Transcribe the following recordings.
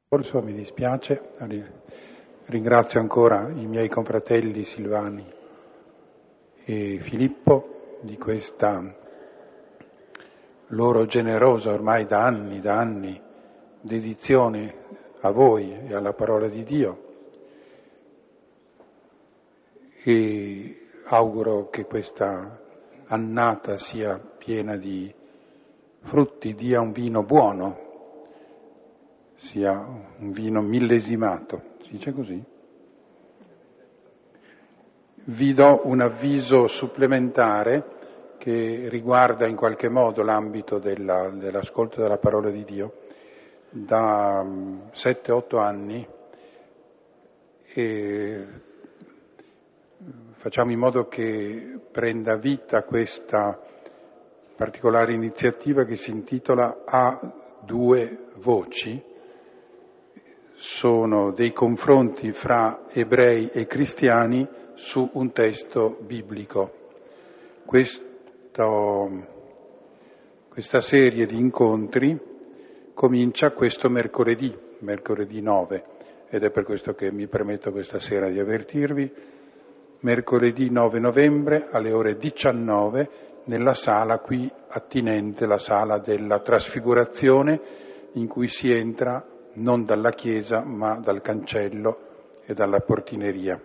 Forse mi dispiace, ringrazio ancora i miei confratelli Silvani e Filippo di questa loro generosa, ormai da anni, dedizione a voi e alla parola di Dio, e auguro che questa annata sia piena di frutti, dia un vino buono, sia un vino millesimato, si dice così? Vi do un avviso supplementare che riguarda in qualche modo l'ambito dell'ascolto della parola di Dio. Da 7-8 anni facciamo in modo che prenda vita questa particolare iniziativa che si intitola A due voci. Sono dei confronti fra ebrei e cristiani su un testo biblico. Questa serie di incontri comincia questo mercoledì 9, ed è per questo che mi permetto questa sera di avvertirvi. Mercoledì 9 novembre alle ore 19 nella sala qui attinente, la sala della Trasfigurazione, in cui si entra non dalla chiesa ma dal cancello e dalla portineria.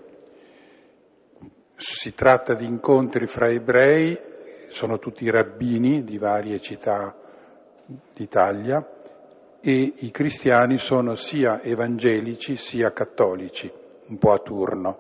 Si tratta di incontri fra ebrei, sono tutti rabbini di varie città d'Italia, e i cristiani sono sia evangelici sia cattolici, un po' a turno,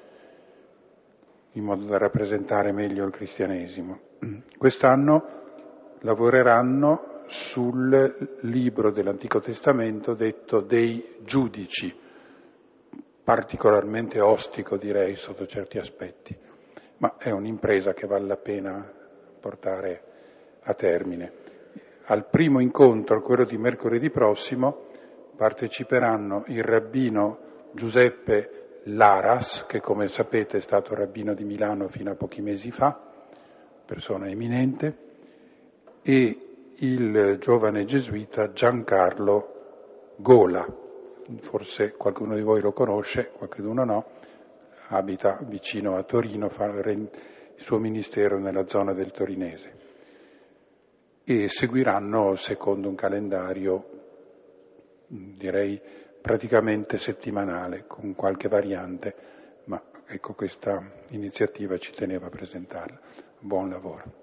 in modo da rappresentare meglio il cristianesimo. Quest'anno lavoreranno sul libro dell'Antico Testamento detto dei giudici, particolarmente ostico direi sotto certi aspetti, ma è un'impresa che vale la pena portare a termine. Al primo incontro, quello di mercoledì prossimo, parteciperanno il rabbino Giuseppe Laras, che come sapete è stato rabbino di Milano fino a pochi mesi fa, persona eminente, e il giovane gesuita Giancarlo Gola. Forse qualcuno di voi lo conosce, qualcuno no, abita vicino a Torino, fa il suo ministero nella zona del torinese. E seguiranno secondo un calendario, direi praticamente settimanale, con qualche variante, ma ecco, questa iniziativa ci teneva a presentarla. Buon lavoro.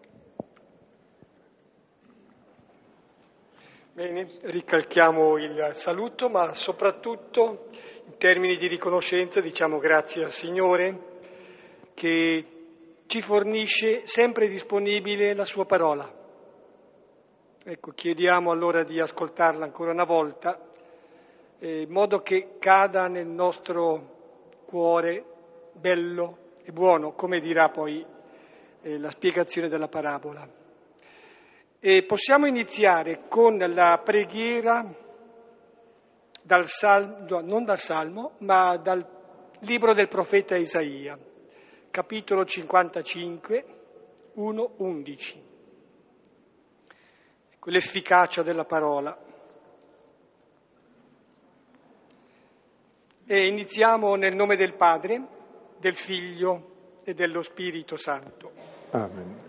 Bene, ricalchiamo il saluto, ma soprattutto in termini di riconoscenza diciamo grazie al Signore che ci fornisce sempre disponibile la sua parola. Ecco, chiediamo allora di ascoltarla ancora una volta, in modo che cada nel nostro cuore bello e buono, come dirà poi la spiegazione della parabola. E possiamo iniziare con la preghiera non dal Salmo, ma dal libro del profeta Isaia, capitolo 55, 1-11. Ecco l'efficacia della parola. E iniziamo nel nome del Padre, del Figlio e dello Spirito Santo. Amen.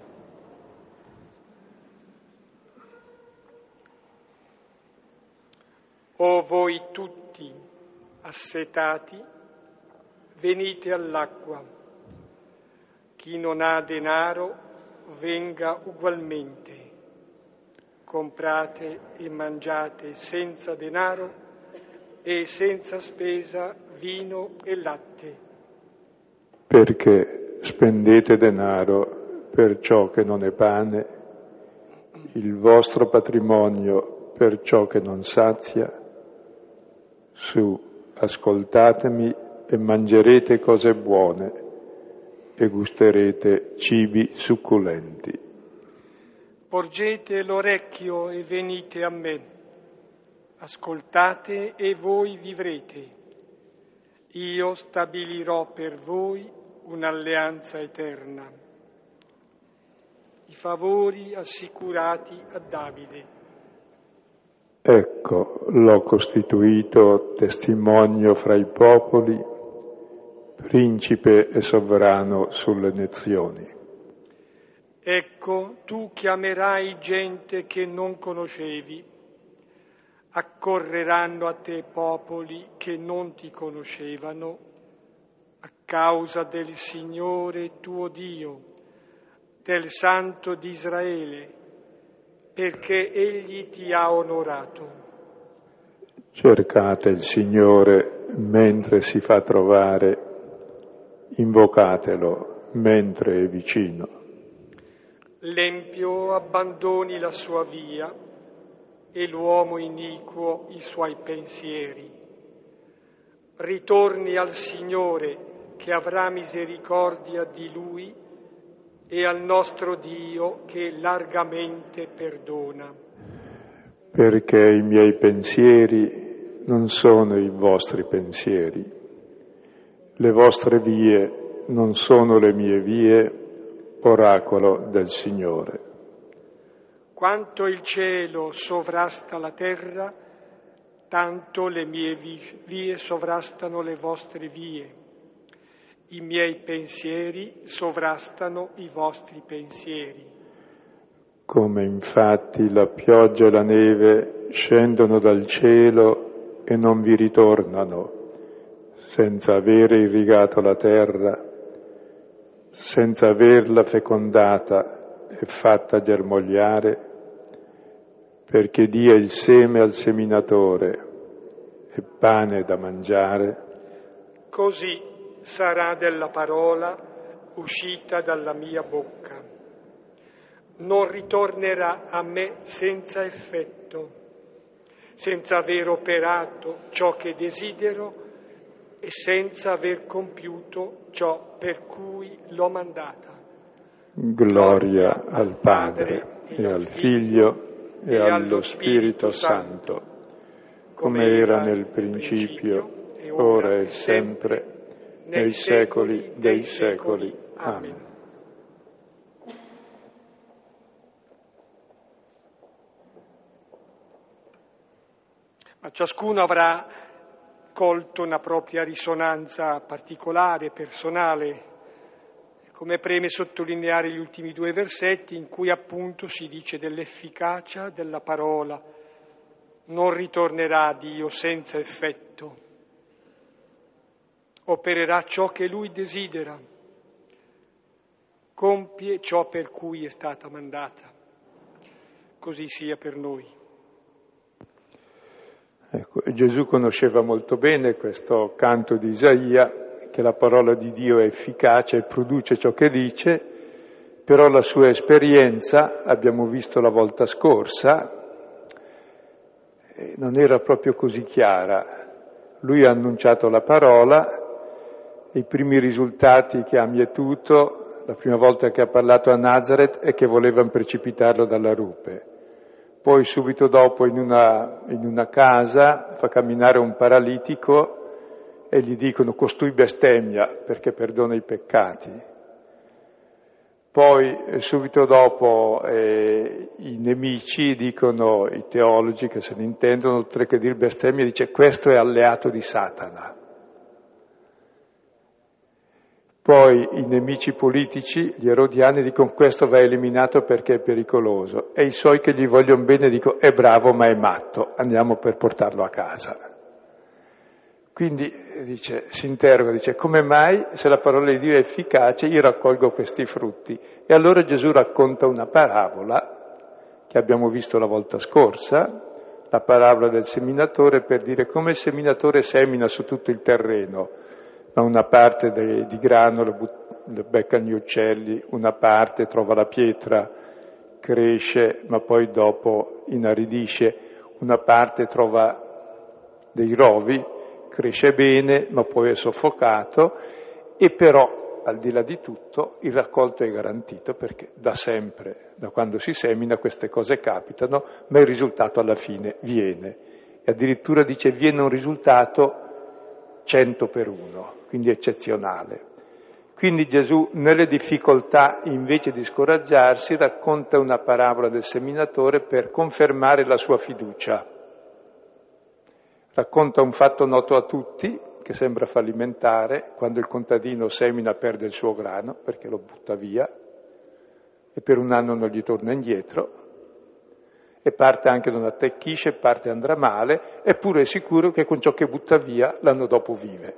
O voi tutti assetati, venite all'acqua. Chi non ha denaro, venga ugualmente. Comprate e mangiate senza denaro e senza spesa vino e latte. Perché spendete denaro per ciò che non è pane, il vostro patrimonio per ciò che non sazia. Su, ascoltatemi e mangerete cose buone e gusterete cibi succulenti. Porgete l'orecchio e venite a me, ascoltate e voi vivrete. Io stabilirò per voi un'alleanza eterna, i favori assicurati a Davide. Ecco, l'ho costituito testimonio fra i popoli, principe e sovrano sulle nazioni. Ecco, tu chiamerai gente che non conoscevi, accorreranno a te popoli che non ti conoscevano, a causa del Signore tuo Dio, del Santo di Israele, perché Egli ti ha onorato. Cercate il Signore mentre si fa trovare, invocatelo mentre è vicino. L'empio abbandoni la sua via e l'uomo iniquo i suoi pensieri. Ritorni al Signore che avrà misericordia di lui e al nostro Dio che largamente perdona. Perché i miei pensieri non sono i vostri pensieri, le vostre vie non sono le mie vie, oracolo del Signore. Quanto il cielo sovrasta la terra, tanto le mie vie sovrastano le vostre vie. I miei pensieri sovrastano i vostri pensieri. Come infatti la pioggia e la neve scendono dal cielo e non vi ritornano, senza avere irrigato la terra, senza averla fecondata e fatta germogliare, perché dia il seme al seminatore e pane da mangiare. Così sarà della parola uscita dalla mia bocca. Non ritornerà a me senza effetto, senza aver operato ciò che desidero e senza aver compiuto ciò per cui l'ho mandata. Gloria al Padre e al Figlio e allo Spirito Santo, come era nel principio, ora e sempre, nei secoli dei secoli. Amen. Ma ciascuno avrà colto una propria risonanza particolare, personale, come preme sottolineare gli ultimi due versetti in cui appunto si dice dell'efficacia della parola. Non ritornerà a Dio senza effetto, opererà ciò che Lui desidera, compie ciò per cui è stata mandata. Così sia per noi. Ecco, Gesù conosceva molto bene questo canto di Isaia, che la parola di Dio è efficace e produce ciò che dice, però la sua esperienza, abbiamo visto la volta scorsa, non era proprio così chiara. Lui ha annunciato la parola, i primi risultati che ha mietuto, la prima volta che ha parlato a Nazareth, è che volevano precipitarlo dalla rupe. Poi subito dopo in una casa fa camminare un paralitico e gli dicono costui bestemmia perché perdona i peccati. Poi subito dopo i nemici dicono, i teologi che se ne intendono, oltre che dire bestemmia, dice questo è alleato di Satana. Poi i nemici politici, gli erodiani, dicono questo va eliminato perché è pericoloso. E i suoi che gli vogliono bene dicono è bravo ma è matto, andiamo per portarlo a casa. Quindi si interroga, dice come mai se la parola di Dio è efficace io raccolgo questi frutti? E allora Gesù racconta una parabola che abbiamo visto la volta scorsa, la parabola del seminatore, per dire come il seminatore semina su tutto il terreno. Da una parte di grano lo beccano gli uccelli, una parte trova la pietra, cresce, ma poi dopo inaridisce, una parte trova dei rovi, cresce bene, ma poi è soffocato, e però, al di là di tutto, il raccolto è garantito, perché da sempre, da quando si semina, queste cose capitano, ma il risultato alla fine viene. E addirittura dice, viene un risultato 100-1, quindi eccezionale. Quindi Gesù, nelle difficoltà, invece di scoraggiarsi, racconta una parabola del seminatore per confermare la sua fiducia. Racconta un fatto noto a tutti, che sembra fallimentare, quando il contadino semina perde il suo grano perché lo butta via e per un anno non gli torna indietro, e parte anche non attecchisce, parte andrà male, eppure è sicuro che con ciò che butta via l'anno dopo vive,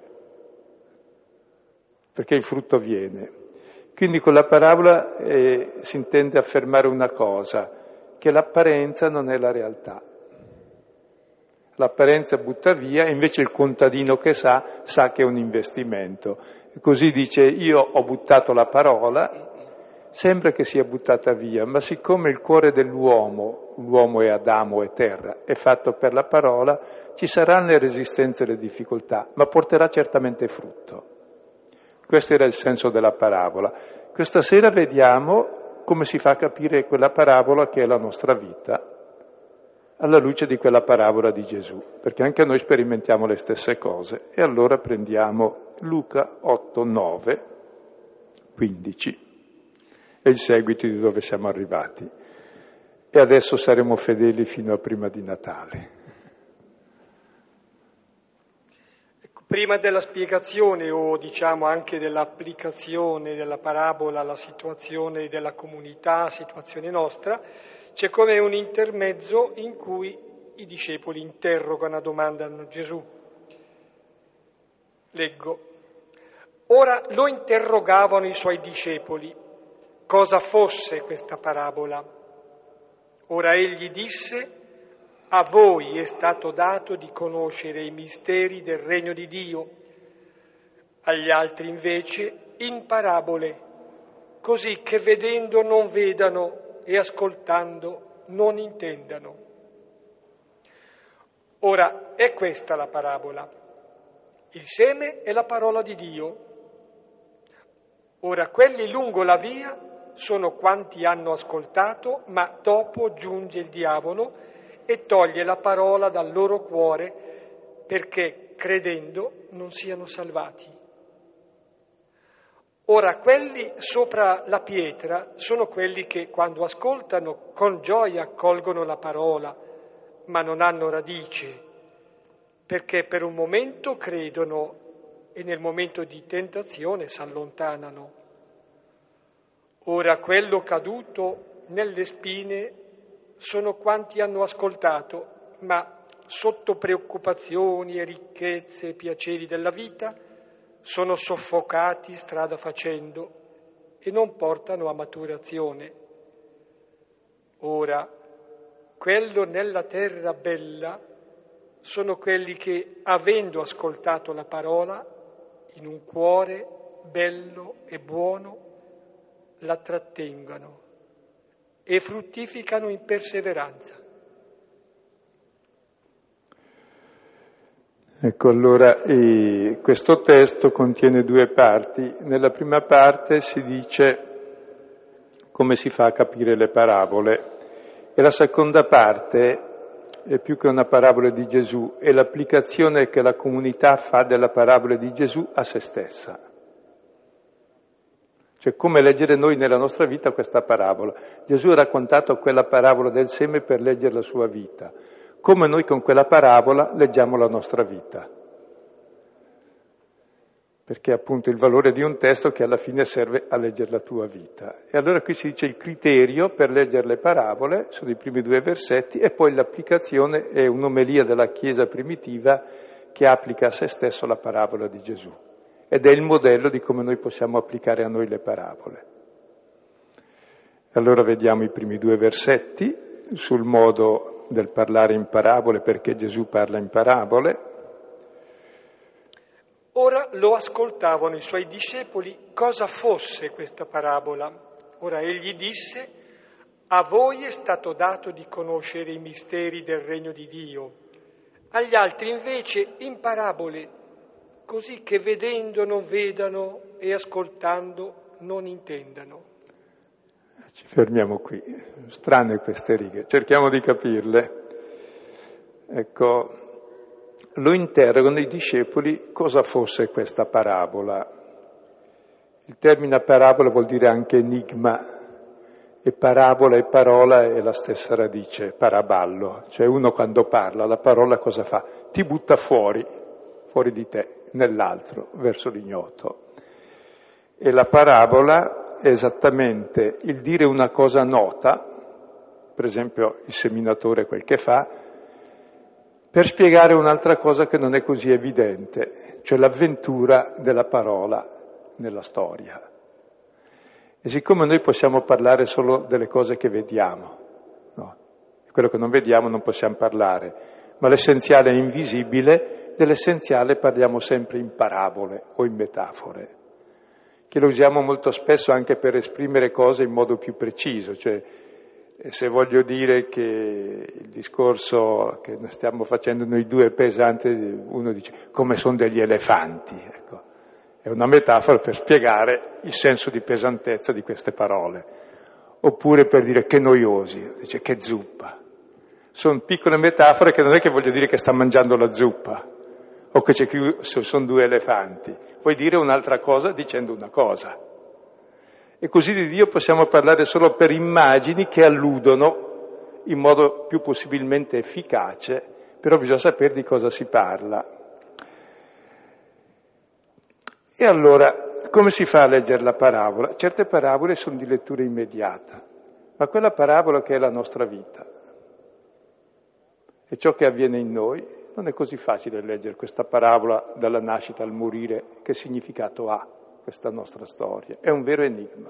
perché il frutto viene. Quindi con la parabola si intende affermare una cosa, che l'apparenza non è la realtà. L'apparenza butta via e invece il contadino che sa che è un investimento. E così dice: io ho buttato la parola, sembra che sia buttata via, ma siccome il cuore dell'uomo, l'uomo è Adamo e terra, è fatto per la parola, ci saranno le resistenze e le difficoltà, ma porterà certamente frutto. Questo era il senso della parabola. Questa sera vediamo come si fa a capire quella parabola che è la nostra vita, alla luce di quella parabola di Gesù, perché anche noi sperimentiamo le stesse cose. E allora prendiamo Luca 8, 9, 15, e il seguito di dove siamo arrivati. E adesso saremo fedeli fino a prima di Natale. Prima della spiegazione o diciamo anche dell'applicazione della parabola alla situazione della comunità, situazione nostra, c'è come un intermezzo in cui i discepoli interrogano, domandano Gesù. Leggo. Ora lo interrogavano i suoi discepoli cosa fosse questa parabola. Ora egli disse: a voi è stato dato di conoscere i misteri del regno di Dio, agli altri invece in parabole, così che vedendo non vedano e ascoltando non intendano. Ora è questa la parabola. Il seme è la parola di Dio. Ora quelli lungo la via sono quanti hanno ascoltato, ma dopo giunge il diavolo e toglie la parola dal loro cuore perché, credendo, non siano salvati. Ora, quelli sopra la pietra sono quelli che, quando ascoltano, con gioia accolgono la parola, ma non hanno radice, perché per un momento credono e nel momento di tentazione si allontanano. Ora, quello caduto nelle spine sono quanti hanno ascoltato, ma sotto preoccupazioni e ricchezze e piaceri della vita sono soffocati strada facendo e non portano a maturazione. Ora, quello nella terra bella sono quelli che, avendo ascoltato la parola, in un cuore bello e buono, la trattengano e fruttificano in perseveranza. Ecco, allora questo testo contiene due parti. Nella prima parte si dice come si fa a capire le parabole e la seconda parte è più che una parabola di Gesù, è l'applicazione che la comunità fa della parabola di Gesù a se stessa. Cioè come leggere noi nella nostra vita questa parabola. Gesù ha raccontato quella parabola del seme per leggere la sua vita. Come noi con quella parabola leggiamo la nostra vita. Perché è appunto il valore di un testo che alla fine serve a leggere la tua vita. E allora qui si dice il criterio per leggere le parabole, sono i primi due versetti, e poi l'applicazione è un'omelia della Chiesa primitiva che applica a se stesso la parabola di Gesù. Ed è il modello di come noi possiamo applicare a noi le parabole. Allora vediamo i primi due versetti sul modo del parlare in parabole, perché Gesù parla in parabole. Ora lo ascoltavano i suoi discepoli cosa fosse questa parabola. Ora egli disse: a voi è stato dato di conoscere i misteri del regno di Dio, agli altri invece in parabole, così che vedendo non vedano e ascoltando non intendano. Ci fermiamo qui. Strane queste righe, cerchiamo di capirle. Ecco, lo interrogano i discepoli cosa fosse questa parabola. Il termine parabola vuol dire anche enigma, E parabola e parola è la stessa radice, paraballo. Cioè uno quando parla, la parola cosa fa? Ti butta fuori di te, nell'altro, verso l'ignoto. E la parabola è esattamente il dire una cosa nota, per esempio il seminatore quel che fa, per spiegare un'altra cosa che non è così evidente, cioè l'avventura della parola nella storia. E siccome noi possiamo parlare solo delle cose che vediamo, no? Quello che non vediamo non possiamo parlare, ma l'essenziale è invisibile, dell'essenziale parliamo sempre in parabole o in metafore, che lo usiamo molto spesso anche per esprimere cose in modo più preciso, cioè se voglio dire che il discorso che stiamo facendo noi due è pesante, uno dice come sono degli elefanti, ecco. È una metafora per spiegare il senso di pesantezza di queste parole. Oppure per dire che noiosi, dice che zuppa. Sono piccole metafore che non è che voglio dire che sta mangiando la zuppa, o che sono due elefanti. Vuoi dire un'altra cosa dicendo una cosa. E così di Dio possiamo parlare solo per immagini che alludono in modo più possibilmente efficace, però bisogna sapere di cosa si parla. E allora, come si fa a leggere la parabola? Certe parabole sono di lettura immediata, ma quella parabola che è la nostra vita e ciò che avviene in noi, non è così facile leggere questa parabola dalla nascita al morire. Che significato ha questa nostra storia? È un vero enigma.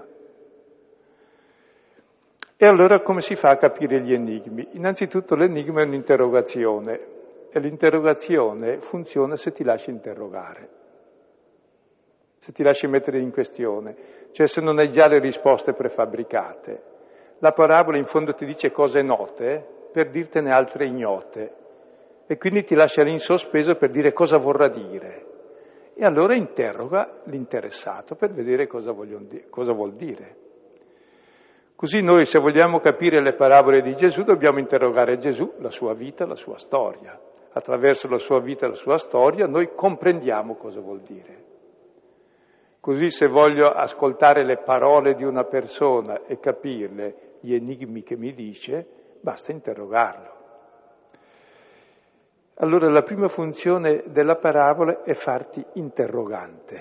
E allora come si fa a capire gli enigmi? Innanzitutto l'enigma è un'interrogazione e l'interrogazione funziona se ti lasci interrogare. Se ti lasci mettere in questione, cioè se non hai già le risposte prefabbricate. La parabola in fondo ti dice cose note per dirtene altre ignote e quindi ti lascia lì in sospeso per dire cosa vorrà dire. E allora interroga l'interessato per vedere cosa vuol dire. Così noi, se vogliamo capire le parabole di Gesù, dobbiamo interrogare Gesù, la sua vita, la sua storia. Attraverso la sua vita e la sua storia noi comprendiamo cosa vuol dire. Così se voglio ascoltare le parole di una persona e capirle, gli enigmi che mi dice, basta interrogarlo. Allora la prima funzione della parabola è farti interrogante.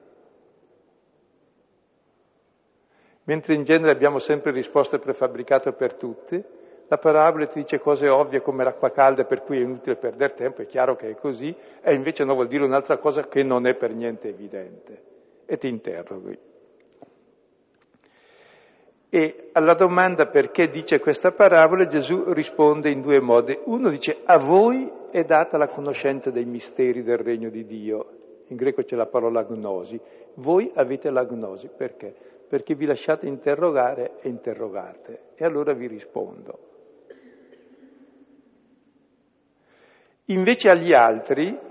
Mentre in genere abbiamo sempre risposte prefabbricate per tutti, la parabola ti dice cose ovvie come l'acqua calda per cui è inutile perdere tempo, è chiaro che è così, e invece no, vuol dire un'altra cosa che non è per niente evidente. E ti interroghi. E alla domanda perché dice questa parabola Gesù risponde in due modi. Uno dice a voi è data la conoscenza dei misteri del regno di Dio. In greco c'è la parola gnosi. Voi avete la gnosi. Perché? Perché vi lasciate interrogare e interrogate. E allora vi rispondo. Invece agli altri,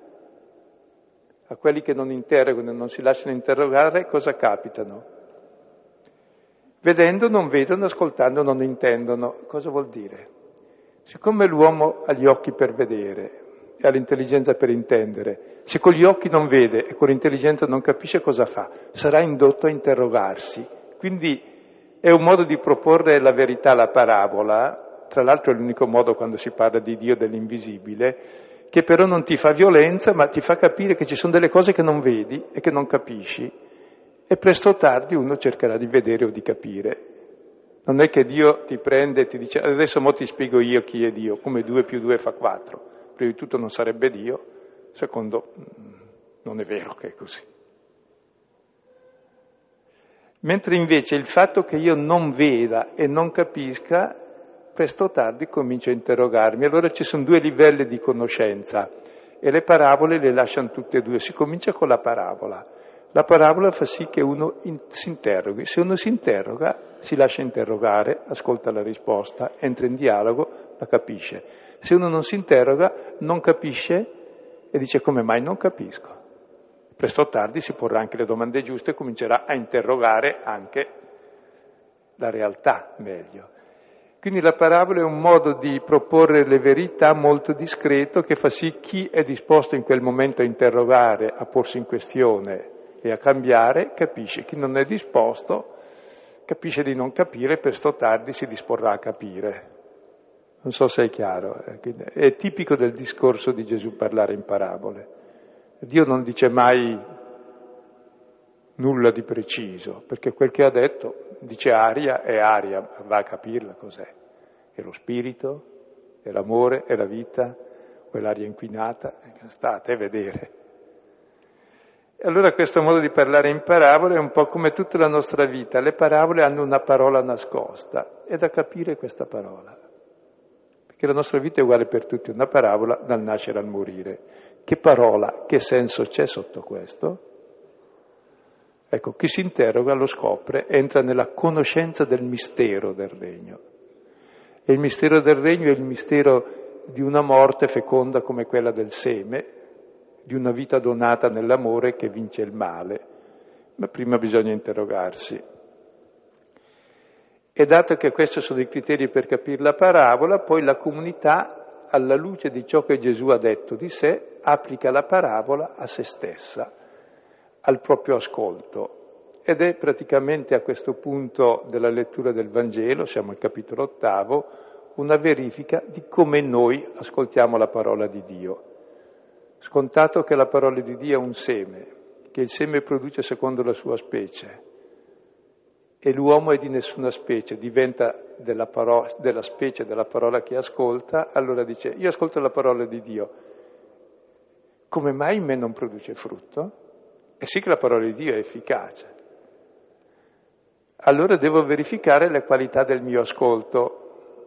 a quelli che non interrogano e non si lasciano interrogare, cosa capitano? Vedendo non vedono, ascoltando non intendono. Cosa vuol dire? Siccome l'uomo ha gli occhi per vedere e ha l'intelligenza per intendere, se con gli occhi non vede e con l'intelligenza non capisce cosa fa, sarà indotto a interrogarsi. Quindi è un modo di proporre la verità alla parabola, tra l'altro è l'unico modo quando si parla di Dio dell'invisibile, che però non ti fa violenza, ma ti fa capire che ci sono delle cose che non vedi e che non capisci, e presto o tardi uno cercherà di vedere o di capire. Non è che Dio ti prende e ti dice adesso mo ti spiego io chi è Dio, come 2 più 2 fa 4. Prima di tutto non sarebbe Dio, secondo non è vero che è così. Mentre invece il fatto che io non veda e non capisca, presto o tardi comincio a interrogarmi. Allora ci sono 2 livelli di conoscenza e le parabole le lasciano tutte e 2. Si comincia con la parabola. La parabola fa sì che uno si interroghi. Se uno si interroga, si lascia interrogare, ascolta la risposta, entra in dialogo, la capisce. Se uno non si interroga, non capisce e dice come mai non capisco. Presto o tardi si porrà anche le domande giuste e comincerà a interrogare anche la realtà meglio. Quindi la parabola è un modo di proporre le verità molto discreto che fa sì chi è disposto in quel momento a interrogare, a porsi in questione e a cambiare, capisce. Chi non è disposto capisce di non capire, per sto tardi si disporrà a capire. Non so se è chiaro, è tipico del discorso di Gesù parlare in parabole. Dio non dice mai nulla di preciso, perché quel che ha detto dice aria, è aria, va a capirla cos'è. È lo spirito, è l'amore, è la vita, o è l'aria inquinata, state a vedere. E allora questo modo di parlare in parabole è un po' come tutta la nostra vita. Le parabole hanno una parola nascosta, è da capire questa parola. Perché la nostra vita è uguale per tutti, una parabola dal nascere al morire. Che parola, che senso c'è sotto questo? Ecco, chi si interroga lo scopre, entra nella conoscenza del mistero del regno. E il mistero del regno è il mistero di una morte feconda come quella del seme, di una vita donata nell'amore che vince il male. Ma prima bisogna interrogarsi. E dato che questi sono i criteri per capire la parabola, poi la comunità, alla luce di ciò che Gesù ha detto di sé, applica la parabola a se stessa, al proprio ascolto. Ed è praticamente a questo punto della lettura del Vangelo, siamo al capitolo 8, una verifica di come noi ascoltiamo la parola di Dio. Scontato che la parola di Dio è un seme, che il seme produce secondo la sua specie, e l'uomo è di nessuna specie, diventa della specie della parola che ascolta, allora dice, io ascolto la parola di Dio, come mai in me non produce frutto? E sì che la parola di Dio è efficace. Allora devo verificare le qualità del mio ascolto.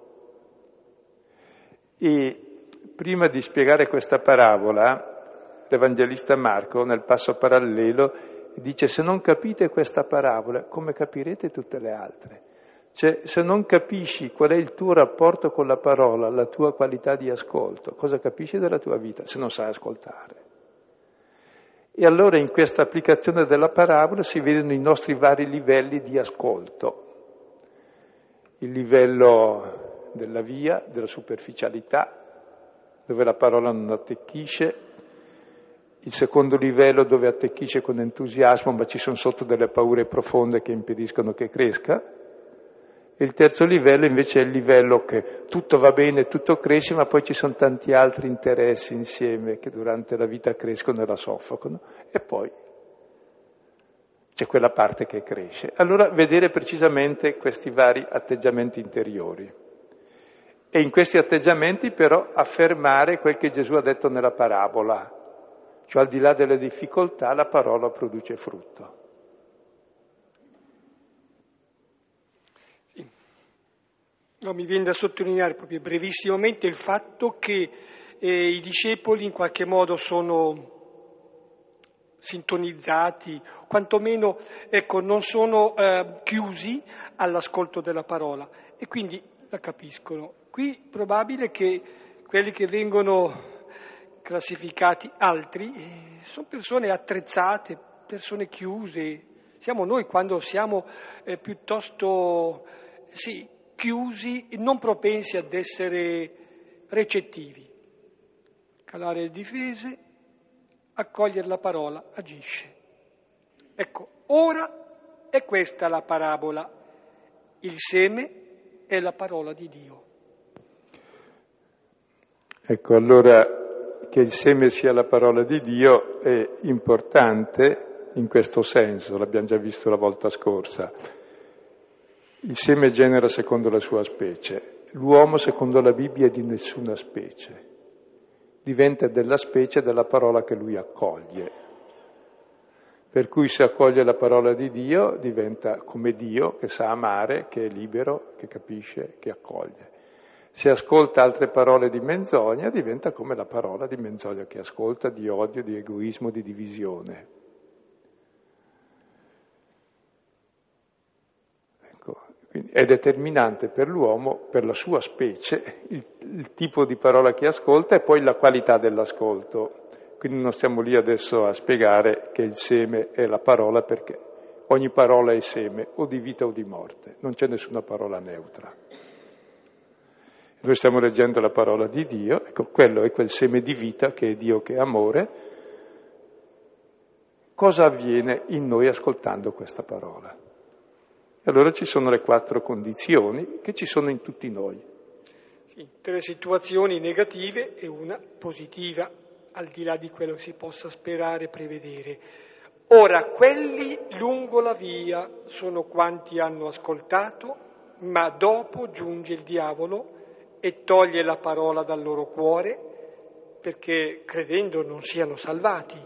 E prima di spiegare questa parabola, l'Evangelista Marco, nel passo parallelo, dice, se non capite questa parabola, come capirete tutte le altre? Cioè, se non capisci qual è il tuo rapporto con la parola, la tua qualità di ascolto, cosa capisci della tua vita se non sai ascoltare? E allora in questa applicazione della parabola si vedono i nostri vari livelli di ascolto. Il livello della via, della superficialità, dove la parola non attecchisce, il secondo livello dove attecchisce con entusiasmo, ma ci sono sotto delle paure profonde che impediscono che cresca, e il terzo livello invece è il livello che tutto va bene, tutto cresce, ma poi ci sono tanti altri interessi insieme che durante la vita crescono e la soffocano, e poi c'è quella parte che cresce. Allora vedere precisamente questi vari atteggiamenti interiori. E in questi atteggiamenti però affermare quel che Gesù ha detto nella parabola, cioè al di là delle difficoltà la parola produce frutto. Sì. No, mi viene da sottolineare proprio brevissimamente il fatto che i discepoli in qualche modo sono sintonizzati, quantomeno non sono chiusi all'ascolto della parola e quindi la capiscono. Qui è probabile che quelli che vengono classificati altri sono persone attrezzate, persone chiuse. Siamo noi quando siamo piuttosto chiusi, non propensi ad essere recettivi. Calare le difese, accogliere la parola, agisce. Ecco, ora è questa la parabola. Il seme è la parola di Dio. Ecco, allora che il seme sia la parola di Dio è importante in questo senso, l'abbiamo già visto la volta scorsa. Il seme genera secondo la sua specie, l'uomo secondo la Bibbia è di nessuna specie, diventa della specie della parola che lui accoglie. Per cui se accoglie la parola di Dio diventa come Dio, che sa amare, che è libero, che capisce, che accoglie. Se ascolta altre parole di menzogna, diventa come la parola di menzogna che ascolta, di odio, di egoismo, di divisione. Ecco, quindi è determinante per l'uomo, per la sua specie, il tipo di parola che ascolta e poi la qualità dell'ascolto. Quindi non stiamo lì adesso a spiegare che il seme è la parola, perché ogni parola è seme, o di vita o di morte, non c'è nessuna parola neutra. Noi stiamo leggendo la parola di Dio, ecco, quello è quel seme di vita che è Dio, che è amore. Cosa avviene in noi ascoltando questa parola? E allora ci sono le 4 condizioni che ci sono in tutti noi. Sì, 3 situazioni negative e una positiva, al di là di quello che si possa sperare e prevedere. Ora, quelli lungo la via sono quanti hanno ascoltato, ma dopo giunge il diavolo e toglie la parola dal loro cuore, perché credendo non siano salvati.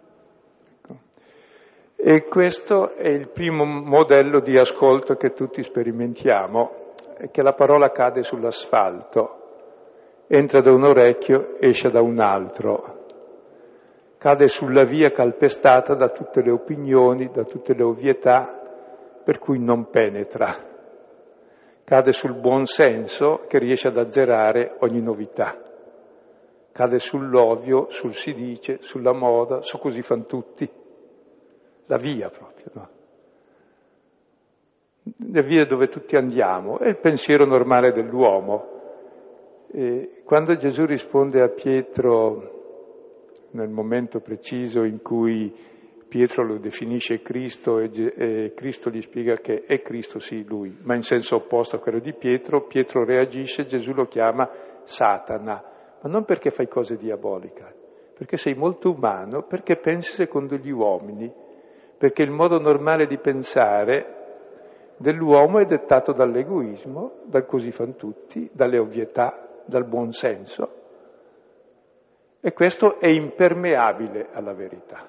E questo è il primo modello di ascolto che tutti sperimentiamo, è che la parola cade sull'asfalto, entra da un orecchio, esce da un altro, cade sulla via calpestata da tutte le opinioni, da tutte le ovvietà, per cui non penetra, cade sul buon senso che riesce ad azzerare ogni novità, cade sull'ovvio, sul si dice, sulla moda, su così fan tutti. La via proprio, no? La via dove tutti andiamo, è il pensiero normale dell'uomo. E quando Gesù risponde a Pietro, nel momento preciso in cui Pietro lo definisce Cristo e Cristo gli spiega che è Cristo, sì, lui, ma in senso opposto a quello di Pietro, Pietro reagisce, Gesù lo chiama Satana, ma non perché fai cose diaboliche, perché sei molto umano, perché pensi secondo gli uomini, perché il modo normale di pensare dell'uomo è dettato dall'egoismo, dal così fan tutti, dalle ovvietà, dal buon senso, e questo è impermeabile alla verità.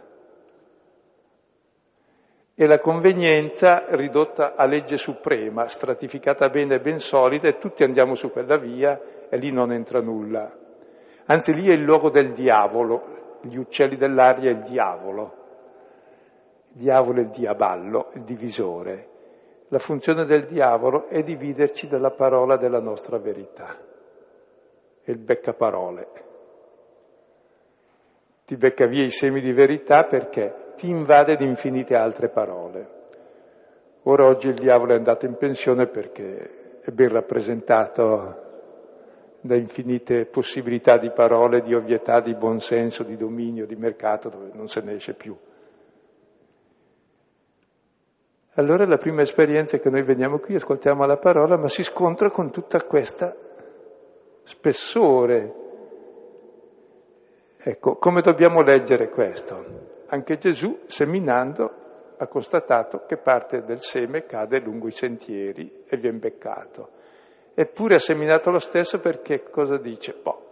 E la convenienza ridotta a legge suprema, stratificata bene e ben solida, e tutti andiamo su quella via e lì non entra nulla. Anzi, lì è il luogo del diavolo, gli uccelli dell'aria è il diavolo. Il diavolo è il diaballo, il divisore. La funzione del diavolo è dividerci dalla parola della nostra verità. È il beccaparole. Ti becca via i semi di verità perché ti invade di infinite altre parole. Ora oggi il diavolo è andato in pensione perché è ben rappresentato da infinite possibilità di parole, di ovvietà, di buonsenso, di dominio, di mercato, dove non se ne esce più. Allora la prima esperienza è che noi veniamo qui, ascoltiamo la parola, ma si scontra con tutta questa spessore. Ecco, come dobbiamo leggere questo? Anche Gesù, seminando, ha constatato che parte del seme cade lungo i sentieri e viene beccato. Eppure ha seminato lo stesso perché cosa dice?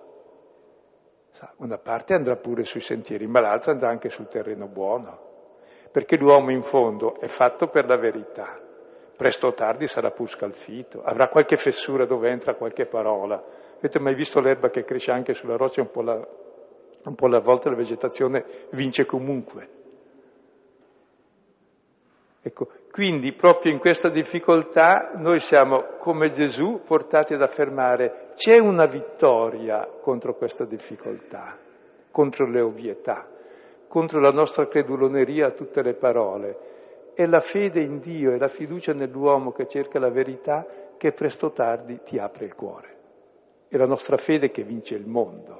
Una parte andrà pure sui sentieri, ma l'altra andrà anche sul terreno buono. Perché l'uomo in fondo è fatto per la verità, presto o tardi sarà pur scalfito, avrà qualche fessura dove entra qualche parola. Avete mai visto l'erba che cresce anche sulla roccia? Un po' alla volta la vegetazione vince comunque. Ecco, quindi proprio in questa difficoltà noi siamo come Gesù portati ad affermare c'è una vittoria contro questa difficoltà, contro le ovvietà, contro la nostra creduloneria a tutte le parole. È la fede in Dio e la fiducia nell'uomo che cerca la verità che presto o tardi ti apre il cuore. È la nostra fede che vince il mondo.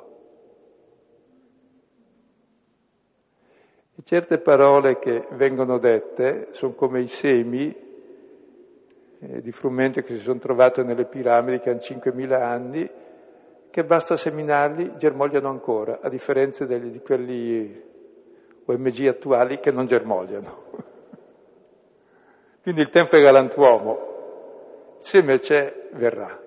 E certe parole che vengono dette sono come i semi di frumento che si sono trovati nelle piramidi che hanno 5.000 anni, che basta seminarli, germogliano ancora, a differenza di quelli OMG attuali che non germogliano. Quindi il tempo è galantuomo, seme c'è, verrà.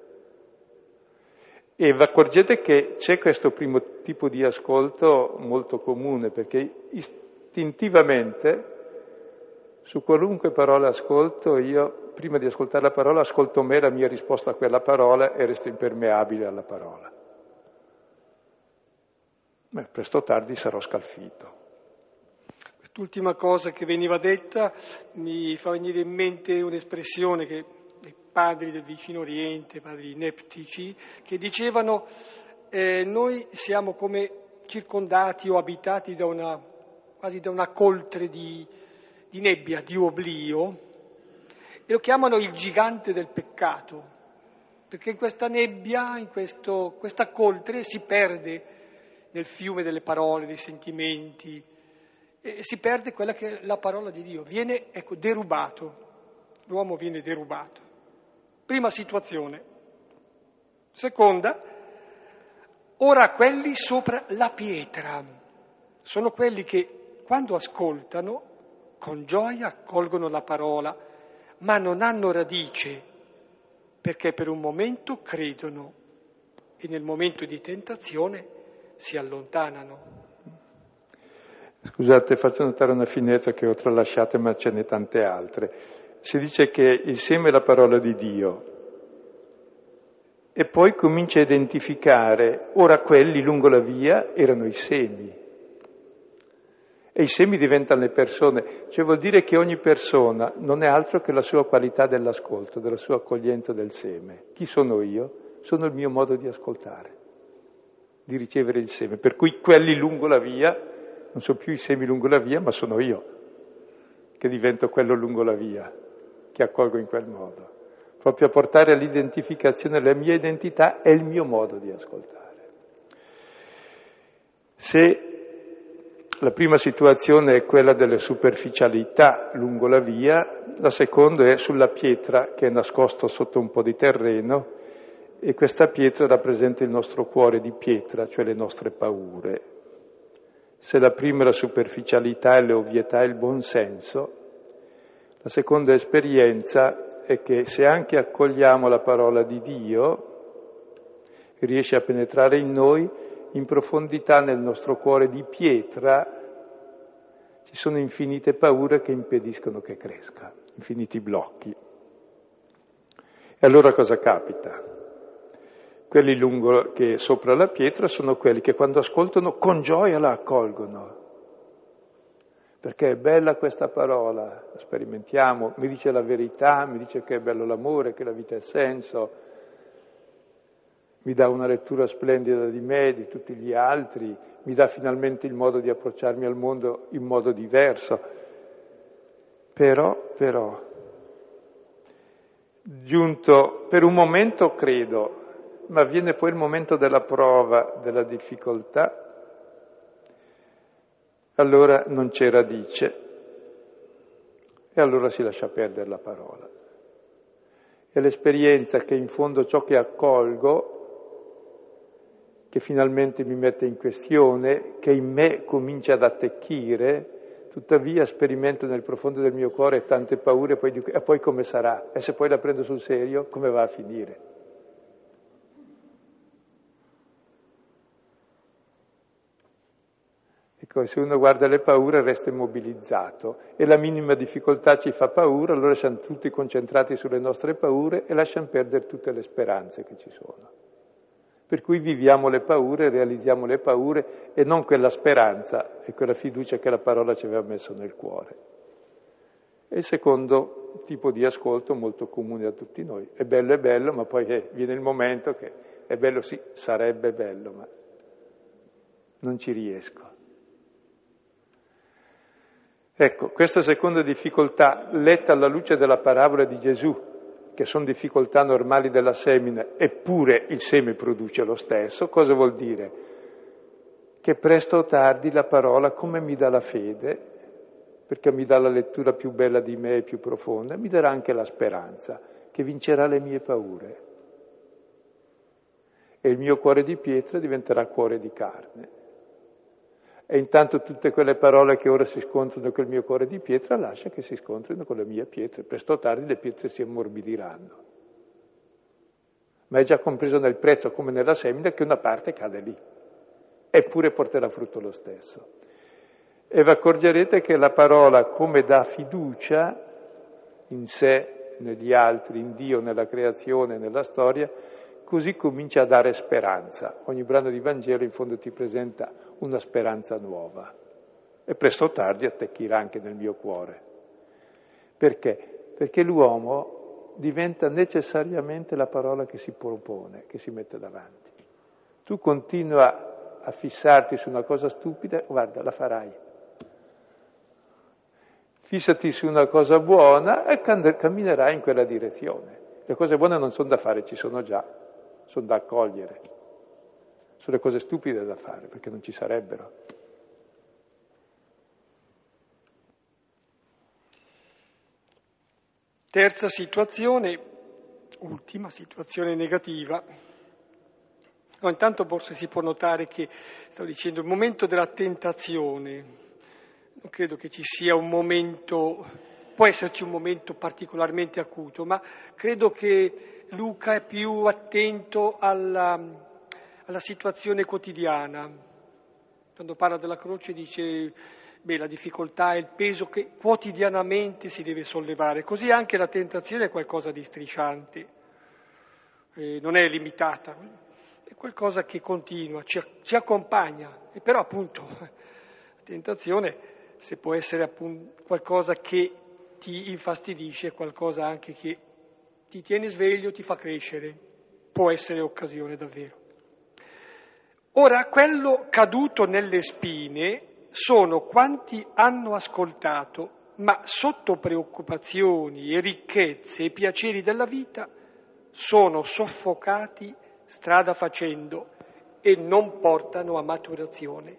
E vi accorgete che c'è questo primo tipo di ascolto molto comune, perché istintivamente su qualunque parola ascolto io, prima di ascoltare la parola, ascolto me, la mia risposta a quella parola e resto impermeabile alla parola. Ma presto o tardi sarò scalfito. Quest'ultima cosa che veniva detta mi fa venire in mente un'espressione che dei padri del Vicino Oriente, padri neptici, che dicevano noi siamo come circondati o abitati quasi da una coltre di nebbia, di oblio, e lo chiamano il gigante del peccato, perché in questa nebbia, questa coltre si perde nel fiume delle parole, dei sentimenti, e si perde quella che è la parola di Dio, viene derubato. l'uomo viene derubato. Prima situazione. Seconda, ora quelli sopra la pietra sono quelli che quando ascoltano con gioia accolgono la parola, ma non hanno radice perché per un momento credono e nel momento di tentazione si allontanano. Scusate, faccio notare una finezza che ho tralasciata, ma ce n'è tante altre. Si dice che il seme è la parola di Dio e poi comincia a identificare, ora quelli lungo la via erano i semi e i semi diventano le persone, cioè vuol dire che ogni persona non è altro che la sua qualità dell'ascolto, della sua accoglienza del seme. Chi sono io? Sono il mio modo di ascoltare, di ricevere il seme, per cui quelli lungo la via non sono più i semi lungo la via, ma sono io che divento quello lungo la via, che accolgo in quel modo. Proprio a portare all'identificazione della mia identità è il mio modo di ascoltare. Se la prima situazione è quella delle superficialità lungo la via, la seconda è sulla pietra che è nascosto sotto un po' di terreno e questa pietra rappresenta il nostro cuore di pietra, cioè le nostre paure. Se la prima è la superficialità e le ovvietà e il buonsenso, la seconda esperienza è che se anche accogliamo la parola di Dio, riesce a penetrare in noi, in profondità nel nostro cuore di pietra, ci sono infinite paure che impediscono che cresca, infiniti blocchi. E allora cosa capita? Quelli lungo che sopra la pietra sono quelli che quando ascoltano con gioia la accolgono. Perché è bella questa parola, la sperimentiamo, mi dice la verità, mi dice che è bello l'amore, che la vita ha senso, mi dà una lettura splendida di me, di tutti gli altri, mi dà finalmente il modo di approcciarmi al mondo in modo diverso. Però, giunto per un momento credo, ma viene poi il momento della prova, della difficoltà, allora non c'è radice e allora si lascia perdere la parola. È l'esperienza che in fondo ciò che accolgo, che finalmente mi mette in questione, che in me comincia ad attecchire, tuttavia sperimento nel profondo del mio cuore tante paure, poi dico, e poi come sarà? E se poi la prendo sul serio, come va a finire? Ecco, se uno guarda le paure resta immobilizzato e la minima difficoltà ci fa paura, allora siamo tutti concentrati sulle nostre paure e lasciamo perdere tutte le speranze che ci sono. Per cui viviamo le paure, realizziamo le paure e non quella speranza e quella fiducia che la parola ci aveva messo nel cuore. E il secondo tipo di ascolto molto comune a tutti noi. È bello, ma poi viene il momento che è bello, sì, sarebbe bello, ma non ci riesco. Ecco, questa seconda difficoltà, letta alla luce della parabola di Gesù, che sono difficoltà normali della semina, eppure il seme produce lo stesso, cosa vuol dire? Che presto o tardi la parola, come mi dà la fede, perché mi dà la lettura più bella di me e più profonda, mi darà anche la speranza, che vincerà le mie paure. E il mio cuore di pietra diventerà cuore di carne. E intanto tutte quelle parole che ora si scontrano con il mio cuore di pietra, lascia che si scontrino con le mie pietre. Presto o tardi le pietre si ammorbidiranno. Ma è già compreso nel prezzo, come nella semina, che una parte cade lì. Eppure porterà frutto lo stesso. E vi accorgerete che la parola, come dà fiducia in sé, negli altri, in Dio, nella creazione, nella storia, così comincia a dare speranza. Ogni brano di Vangelo in fondo ti presenta una speranza nuova e presto o tardi attecchirà anche nel mio cuore. Perché? Perché l'uomo diventa necessariamente la parola che si propone, che si mette davanti. Tu continua a fissarti su una cosa stupida, guarda, la farai. Fissati su una cosa buona e camminerai in quella direzione. Le cose buone non sono da fare, ci sono già, sono da accogliere. Sono le cose stupide da fare, perché non ci sarebbero. Terza situazione, ultima situazione negativa. Intanto forse si può notare che, stavo dicendo, il momento della tentazione, non credo che ci sia un momento, può esserci un momento particolarmente acuto, ma credo che Luca è più attento alla situazione quotidiana. Quando parla della croce dice, la difficoltà è il peso che quotidianamente si deve sollevare, così anche la tentazione è qualcosa di strisciante, non è limitata, è qualcosa che continua, ci accompagna, e però appunto la tentazione, se può essere appunto qualcosa che ti infastidisce, qualcosa anche che ti tiene sveglio, ti fa crescere, può essere occasione davvero. Ora, quello caduto nelle spine sono quanti hanno ascoltato, ma sotto preoccupazioni e ricchezze e piaceri della vita sono soffocati strada facendo e non portano a maturazione.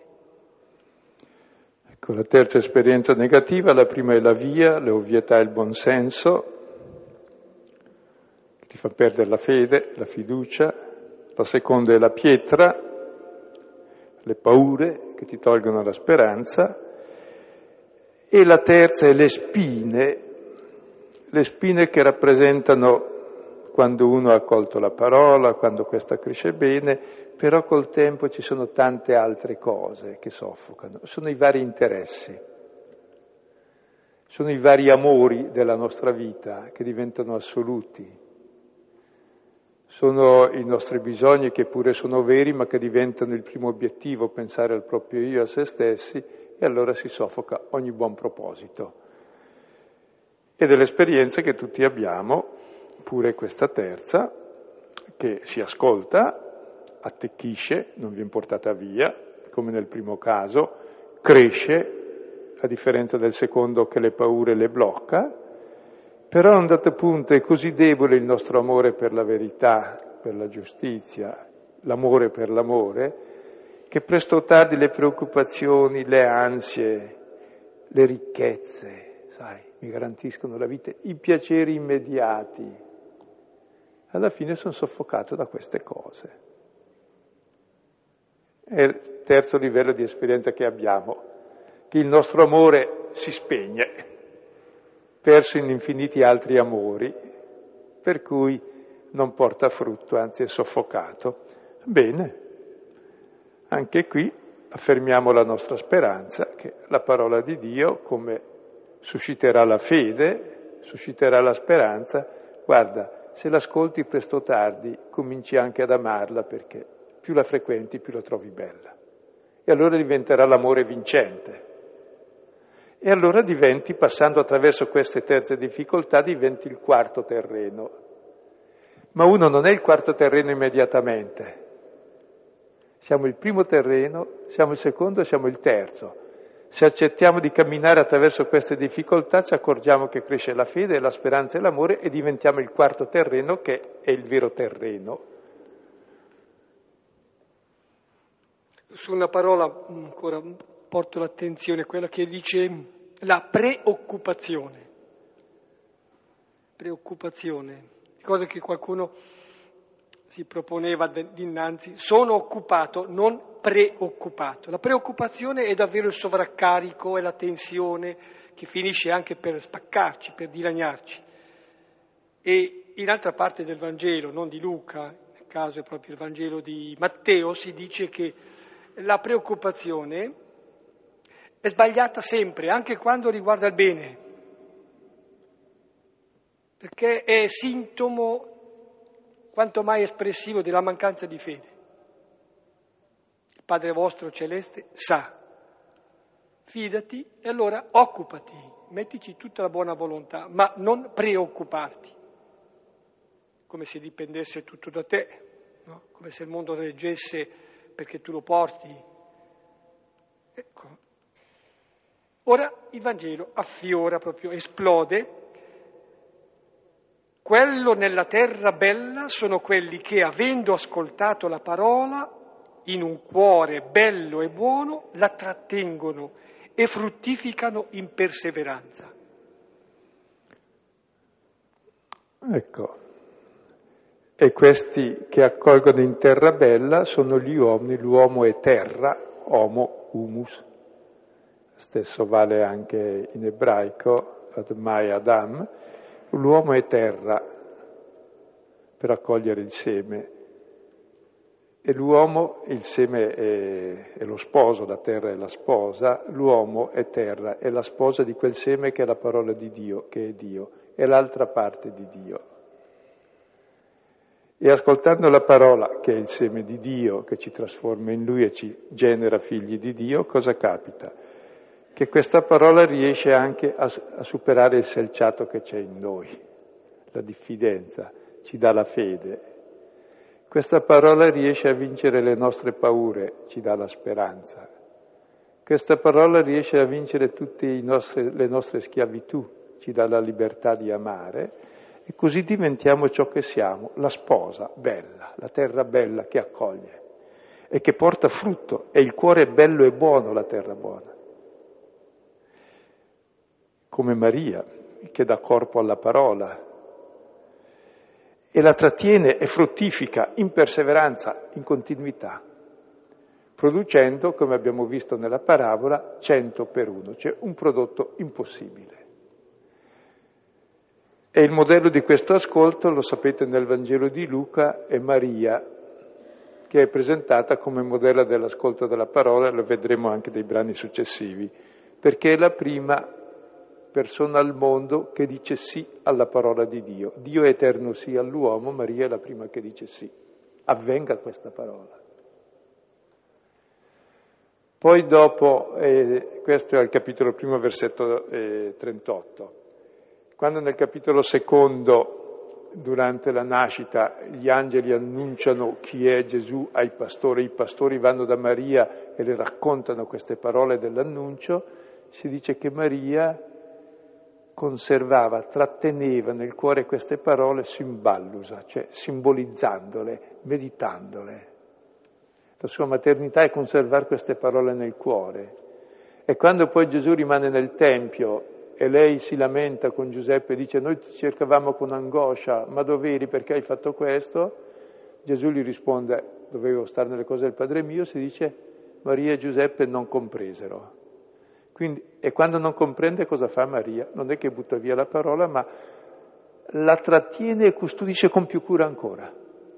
Ecco, la terza esperienza negativa, la prima è la via, le ovvietà e il buonsenso, che ti fa perdere la fede, la fiducia. La seconda è la pietra, le paure che ti tolgono la speranza. E la terza è le spine che rappresentano quando uno ha accolto la parola, quando questa cresce bene, però col tempo ci sono tante altre cose che soffocano. Sono i vari interessi, sono i vari amori della nostra vita che diventano assoluti. Sono i nostri bisogni che pure sono veri, ma che diventano il primo obiettivo, pensare al proprio io, a se stessi, e allora si soffoca ogni buon proposito. E delle esperienze che tutti abbiamo, pure questa terza, che si ascolta, attecchisce, non viene portata via, come nel primo caso, cresce, a differenza del secondo che le paure le blocca, però a un dato punto è così debole il nostro amore per la verità, per la giustizia, l'amore per l'amore, che presto o tardi le preoccupazioni, le ansie, le ricchezze, sai, mi garantiscono la vita, i piaceri immediati, alla fine sono soffocato da queste cose. È il terzo livello di esperienza che abbiamo, che il nostro amore si spegne, perso in infiniti altri amori, per cui non porta frutto, anzi è soffocato. Bene, anche qui affermiamo la nostra speranza che la parola di Dio, come susciterà la fede, susciterà la speranza, guarda, se l'ascolti presto o tardi cominci anche ad amarla, perché più la frequenti più la trovi bella. E allora diventerà l'amore vincente. E allora diventi, passando attraverso queste terze difficoltà, diventi il quarto terreno. Ma uno non è il quarto terreno immediatamente. Siamo il primo terreno, siamo il secondo, siamo il terzo. Se accettiamo di camminare attraverso queste difficoltà, ci accorgiamo che cresce la fede, la speranza e l'amore e diventiamo il quarto terreno, che è il vero terreno. Su una parola ancora porto l'attenzione, quella che dice la preoccupazione. Preoccupazione, cosa che qualcuno si proponeva dinanzi, sono occupato, non preoccupato. La preoccupazione è davvero il sovraccarico e la tensione che finisce anche per spaccarci, per dilaniarci. E in altra parte del Vangelo, non di Luca, nel caso è proprio il Vangelo di Matteo, si dice che la preoccupazione è sbagliata sempre, anche quando riguarda il bene, perché è sintomo quanto mai espressivo della mancanza di fede. Il Padre vostro celeste sa, fidati e allora occupati, mettici tutta la buona volontà, ma non preoccuparti, come se dipendesse tutto da te, no? Come se il mondo reggesse perché tu lo porti. Ecco. Ora il Vangelo affiora, proprio esplode. Quello nella terra bella sono quelli che, avendo ascoltato la parola, in un cuore bello e buono, la trattengono e fruttificano in perseveranza. Ecco, e questi che accolgono in terra bella sono gli uomini, l'uomo è terra, homo, humus. Stesso vale anche in ebraico, Admai Adam, l'uomo è terra per accogliere il seme. E l'uomo, il seme è lo sposo, la terra è la sposa, l'uomo è terra, è la sposa di quel seme che è la parola di Dio, che è Dio, è l'altra parte di Dio. E ascoltando la parola, che è il seme di Dio, che ci trasforma in Lui e ci genera figli di Dio, cosa capita? Che questa parola riesce anche a superare il selciato che c'è in noi, la diffidenza, ci dà la fede. Questa parola riesce a vincere le nostre paure, ci dà la speranza. Questa parola riesce a vincere tutte le nostre schiavitù, ci dà la libertà di amare, e così diventiamo ciò che siamo, la sposa bella, la terra bella che accoglie e che porta frutto, e il cuore è bello e buono, la terra buona. Come Maria, che dà corpo alla parola, e la trattiene e fruttifica in perseveranza, in continuità, producendo, come abbiamo visto nella parabola, 100 per 1, cioè un prodotto impossibile. E il modello di questo ascolto, lo sapete nel Vangelo di Luca, è Maria, che è presentata come modello dell'ascolto della parola, e lo vedremo anche nei brani successivi, perché è la prima persona al mondo che dice sì alla parola di Dio. Dio è eterno sì all'uomo, Maria è la prima che dice sì. Avvenga questa parola. Poi dopo, questo è il capitolo 1, versetto 38, quando nel capitolo 2, durante la nascita, gli angeli annunciano chi è Gesù ai pastori, i pastori vanno da Maria e le raccontano queste parole dell'annuncio, si dice che Maria conservava, tratteneva nel cuore queste parole simballusa, cioè simbolizzandole, meditandole. La sua maternità è conservare queste parole nel cuore. E quando poi Gesù rimane nel Tempio e lei si lamenta con Giuseppe e dice: noi ti cercavamo con angoscia, ma dov'eri, perché hai fatto questo? Gesù gli risponde: dovevo stare nelle cose del Padre mio. Si dice: Maria e Giuseppe non compresero. Quindi, e quando non comprende cosa fa Maria? Non è che butta via la parola, ma la trattiene e custodisce con più cura ancora.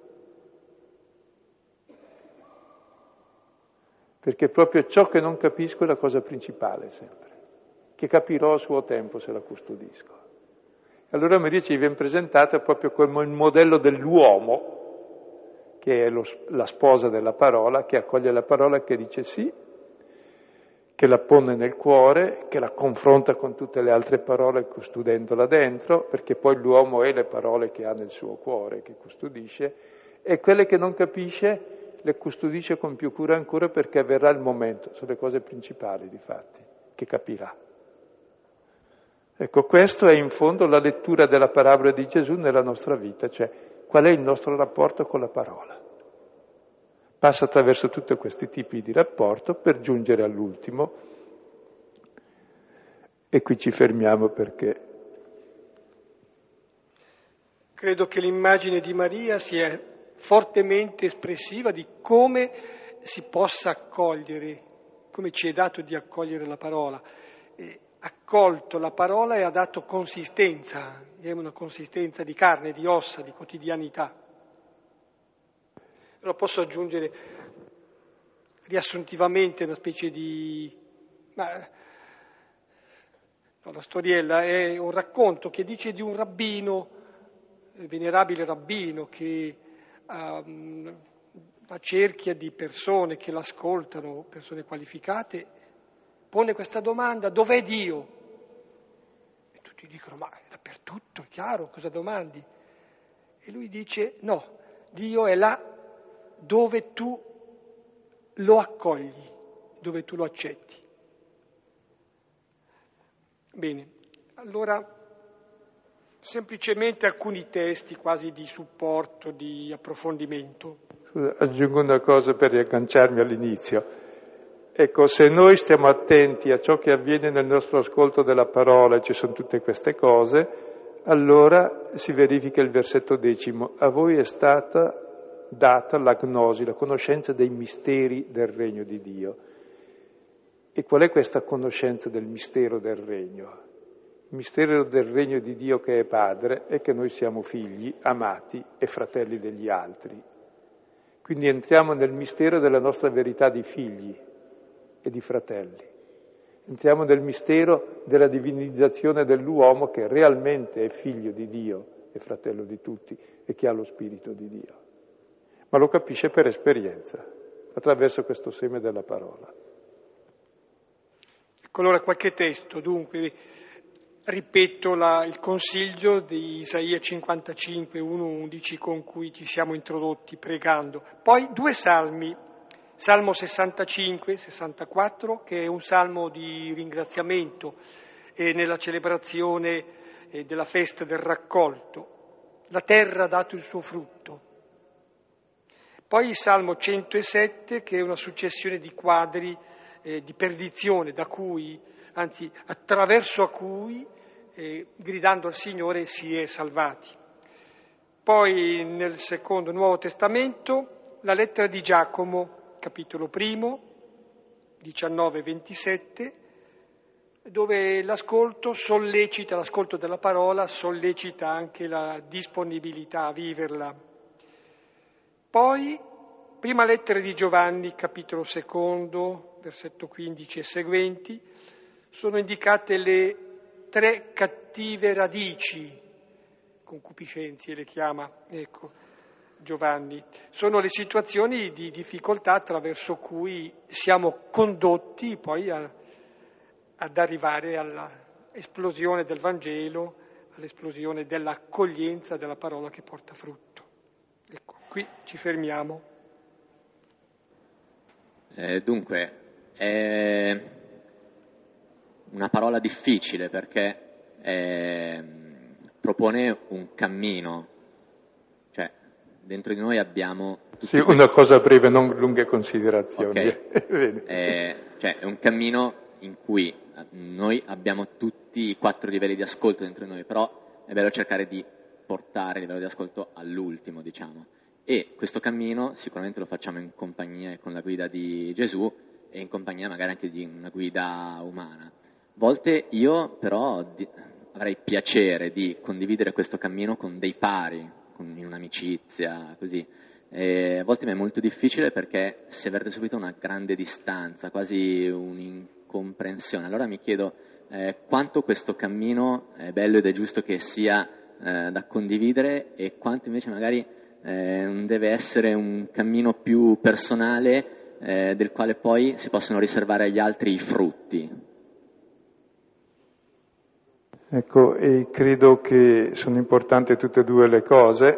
Perché proprio ciò che non capisco è la cosa principale sempre, che capirò a suo tempo se la custodisco. Allora Maria ci viene presentata proprio come il modello dell'uomo, che è la sposa della parola, che accoglie la parola e che dice sì, che la pone nel cuore, che la confronta con tutte le altre parole custodendola dentro, perché poi l'uomo è le parole che ha nel suo cuore, che custodisce, e quelle che non capisce le custodisce con più cura ancora, perché verrà il momento, sono le cose principali difatti, che capirà. Ecco, questo è in fondo la lettura della parabola di Gesù nella nostra vita, cioè qual è il nostro rapporto con la parola. Passa attraverso tutti questi tipi di rapporto per giungere all'ultimo. E qui ci fermiamo perché credo che l'immagine di Maria sia fortemente espressiva di come si possa accogliere, come ci è dato di accogliere la parola. Accolto la parola e ha dato consistenza, una consistenza di carne, di ossa, di quotidianità. Però posso aggiungere riassuntivamente una specie di... la storiella è un racconto che dice di un rabbino, venerabile rabbino, che ha una cerchia di persone che l'ascoltano, persone qualificate, pone questa domanda: dov'è Dio? E tutti dicono: ma è dappertutto, è chiaro, cosa domandi? E lui dice: no, Dio è là dove tu lo accogli, dove tu lo accetti. Bene, allora semplicemente alcuni testi quasi di supporto, di approfondimento. Aggiungo una cosa per riagganciarmi all'inizio. Ecco, se noi stiamo attenti a ciò che avviene nel nostro ascolto della parola, ci sono tutte queste cose, allora si verifica il versetto 10: a voi è stata data l'agnosi, la conoscenza dei misteri del regno di Dio. E qual è questa conoscenza del mistero del regno? Il mistero del regno di Dio, che è Padre, è che noi siamo figli, amati e fratelli degli altri. Quindi entriamo nel mistero della nostra verità di figli e di fratelli. Entriamo nel mistero della divinizzazione dell'uomo, che realmente è figlio di Dio e fratello di tutti e che ha lo Spirito di Dio. Ma lo capisce per esperienza, attraverso questo seme della parola. Allora qualche testo, dunque, ripeto il consiglio di Isaia 55, 1-11 con cui ci siamo introdotti pregando. Poi 2 salmi, Salmo 65, 64, che è un salmo di ringraziamento nella celebrazione della festa del raccolto. La terra ha dato il suo frutto. Poi il Salmo 107, che è una successione di quadri di perdizione, attraverso a cui, gridando al Signore, si è salvati. Poi nel secondo Nuovo Testamento, la lettera di Giacomo, capitolo 1, 19-27, dove l'ascolto della parola sollecita anche la disponibilità a viverla. Poi, prima lettera di Giovanni, capitolo 2, versetto 15 e seguenti, sono indicate le 3 cattive radici, concupiscenze le chiama, Giovanni. Sono le situazioni di difficoltà attraverso cui siamo condotti poi ad arrivare all'esplosione del Vangelo, all'esplosione dell'accoglienza della parola che porta frutto. Ecco, qui ci fermiamo. Dunque, è una parola difficile perché propone un cammino, cioè dentro di noi abbiamo... Sì, una cosa breve, non lunghe considerazioni. Okay. Cioè è un cammino in cui noi abbiamo tutti i 4 livelli di ascolto dentro di noi, però è bello cercare di portare il livello di ascolto all'ultimo, diciamo. E questo cammino sicuramente lo facciamo in compagnia con la guida di Gesù e in compagnia magari anche di una guida umana. A volte io però avrei piacere di condividere questo cammino con dei pari, in un'amicizia, così. E a volte mi è molto difficile perché si avverte subito una grande distanza, quasi un'incomprensione. Allora mi chiedo quanto questo cammino è bello ed è giusto che sia da condividere e quanto invece magari deve essere un cammino più personale del quale poi si possono riservare agli altri i frutti. Ecco, e credo che sono importanti tutte e 2 le cose,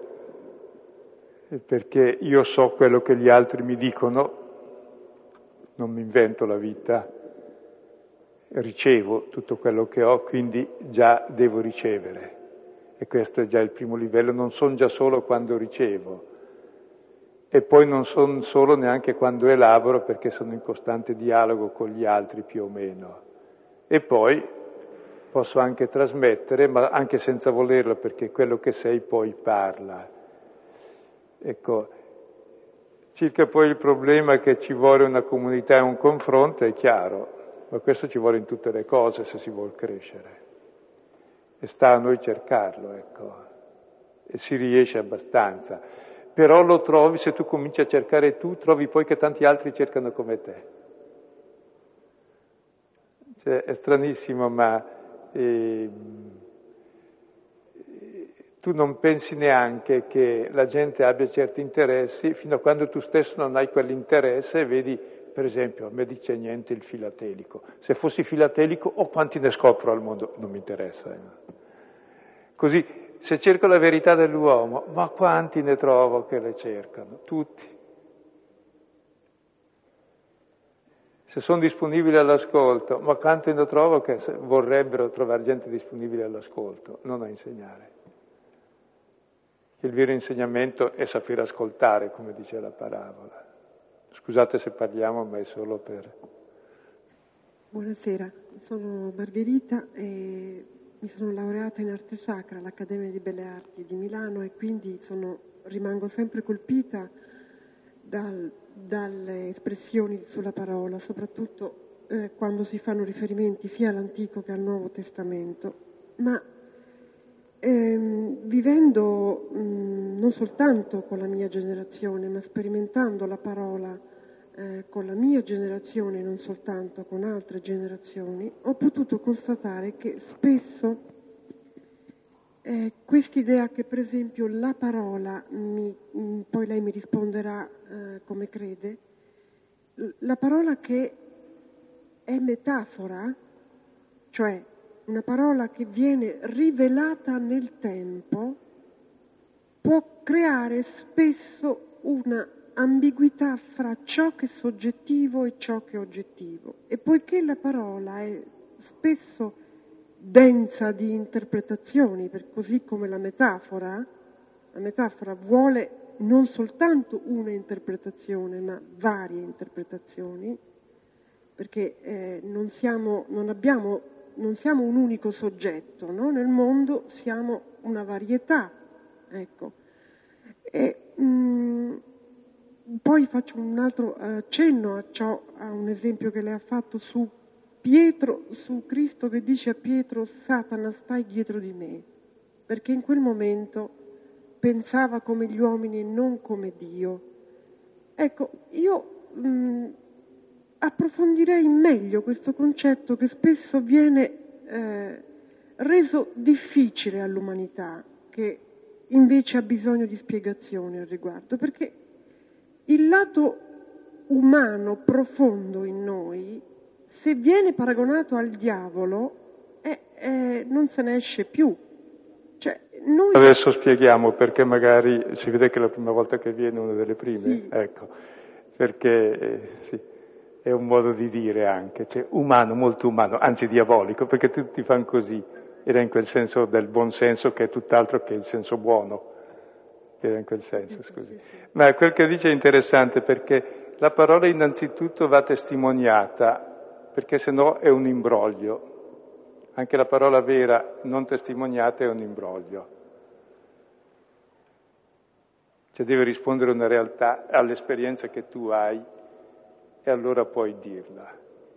perché io so quello che gli altri mi dicono, non mi invento la vita, ricevo tutto quello che ho, quindi già devo ricevere. E questo è già il primo livello, non sono già solo quando ricevo. E poi non sono solo neanche quando elaboro, perché sono in costante dialogo con gli altri più o meno. E poi posso anche trasmettere, ma anche senza volerlo, perché quello che sei poi parla. Ecco, circa poi il problema che ci vuole una comunità e un confronto è chiaro, ma questo ci vuole in tutte le cose se si vuol crescere. E sta a noi cercarlo, ecco, e si riesce abbastanza. Però lo trovi, se tu cominci a cercare tu, trovi poi che tanti altri cercano come te. Cioè, è stranissimo, ma tu non pensi neanche che la gente abbia certi interessi fino a quando tu stesso non hai quell'interesse e vedi, per esempio, a me dice niente il filatelico. Se fossi filatelico, quanti ne scopro al mondo? Non mi interessa. Così, se cerco la verità dell'uomo, ma quanti ne trovo che le cercano? Tutti. Se sono disponibili all'ascolto, ma quanti ne trovo che vorrebbero trovare gente disponibile all'ascolto, non a insegnare. Il vero insegnamento è sapere ascoltare, come dice la parabola. Scusate se parliamo, ma è solo per... Buonasera, sono Margherita e mi sono laureata in arte sacra all'Accademia di Belle Arti di Milano e quindi rimango sempre colpita dalle espressioni sulla parola, soprattutto quando si fanno riferimenti sia all'Antico che al Nuovo Testamento. Ma vivendo non soltanto con la mia generazione, ma sperimentando la parola con la mia generazione, non soltanto con altre generazioni, ho potuto constatare che spesso quest'idea che per esempio la parola, poi lei mi risponderà come crede, la parola che è metafora, cioè una parola che viene rivelata nel tempo, può creare spesso una ambiguità fra ciò che è soggettivo e ciò che è oggettivo. E poiché la parola è spesso densa di interpretazioni, così come la metafora vuole non soltanto una interpretazione, ma varie interpretazioni, perché non siamo un unico soggetto, no? Nel mondo siamo una varietà, ecco. Poi faccio un altro accenno a un esempio che lei ha fatto su Cristo che dice a Pietro: Satana, stai dietro di me, perché in quel momento pensava come gli uomini e non come Dio. Ecco, io approfondirei meglio questo concetto che spesso viene reso difficile all'umanità, che invece ha bisogno di spiegazioni al riguardo, perché il lato umano profondo in noi, se viene paragonato al diavolo, non se ne esce più. Cioè, noi... Adesso spieghiamo perché magari si vede che è la prima volta che viene una delle prime, sì. Ecco, perché sì, è un modo di dire anche, cioè umano, molto umano, anzi diabolico, perché tutti fanno così, era in quel senso del buon senso che è tutt'altro che il senso buono. Era in quel senso, scusi. Ma quel che dice è interessante perché la parola innanzitutto va testimoniata, perché sennò è un imbroglio. Anche la parola vera non testimoniata è un imbroglio. Cioè deve rispondere una realtà all'esperienza che tu hai e allora puoi dirla.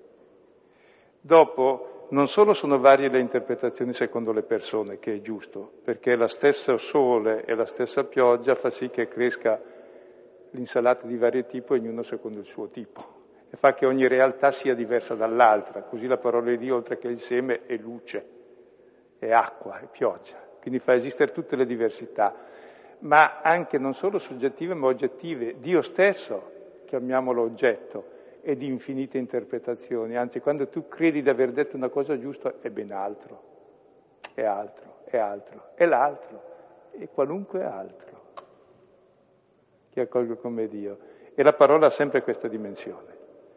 Dopo, non solo sono varie le interpretazioni secondo le persone, che è giusto, perché la stessa sole e la stessa pioggia fa sì che cresca l'insalata di vario tipo, ognuno secondo il suo tipo, e fa che ogni realtà sia diversa dall'altra, così la parola di Dio, oltre che il seme, è luce, è acqua, è pioggia, quindi fa esistere tutte le diversità, ma anche non solo soggettive ma oggettive. Dio stesso, chiamiamolo oggetto, e di infinite interpretazioni, anzi quando tu credi di aver detto una cosa giusta è ben altro, è altro, è altro, è l'altro, è qualunque altro che accolgo come Dio. E la parola ha sempre questa dimensione.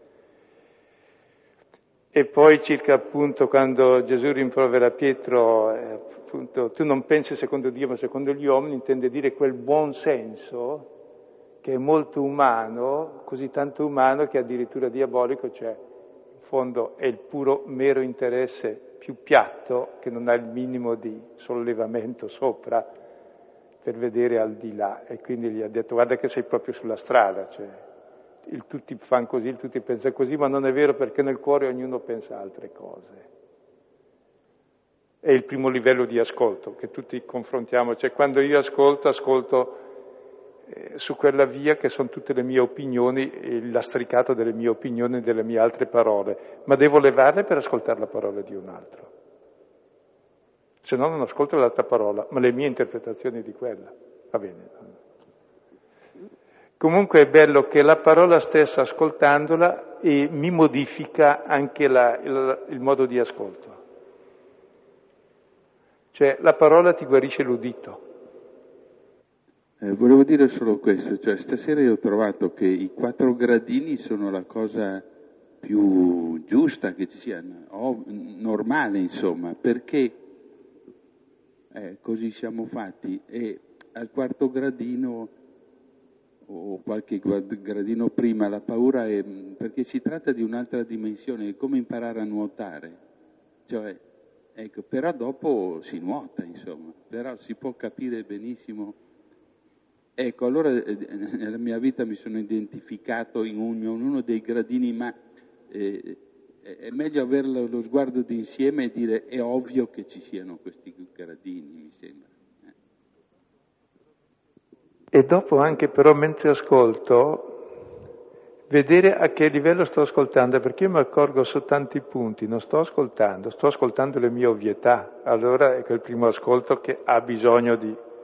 E poi circa appunto quando Gesù rimprovera Pietro, appunto, tu non pensi secondo Dio ma secondo gli uomini, intende dire quel buon senso che è molto umano, così tanto umano che è addirittura diabolico, cioè in fondo è il puro mero interesse più piatto che non ha il minimo di sollevamento sopra per vedere al di là. E quindi gli ha detto guarda che sei proprio sulla strada, cioè il tutti fanno così, il tutti pensa così, ma non è vero perché nel cuore ognuno pensa altre cose. È il primo livello di ascolto che tutti confrontiamo, cioè quando io ascolto su quella via che sono tutte le mie opinioni, il lastricato delle mie opinioni e delle mie altre parole, ma devo levarle per ascoltare la parola di un altro. Se no non ascolto l'altra parola, ma le mie interpretazioni di quella. Va bene. Comunque è bello che la parola stessa, ascoltandola, mi modifica anche il modo di ascolto. Cioè la parola ti guarisce l'udito. Volevo dire solo questo, cioè stasera io ho trovato che i 4 gradini sono la cosa più giusta che ci sia, normale insomma, perché così siamo fatti e al 4° gradino o qualche gradino prima la paura è perché si tratta di un'altra dimensione, è come imparare a nuotare, cioè Ecco, però dopo si nuota, insomma, però si può capire benissimo. Ecco, allora nella mia vita mi sono identificato in ognuno dei gradini, ma è meglio avere lo sguardo d'insieme e dire è ovvio che ci siano questi gradini, mi sembra. E dopo anche però mentre ascolto, vedere a che livello sto ascoltando, perché io mi accorgo su tanti punti, non sto ascoltando le mie ovvietà, allora ecco il primo ascolto che ha bisogno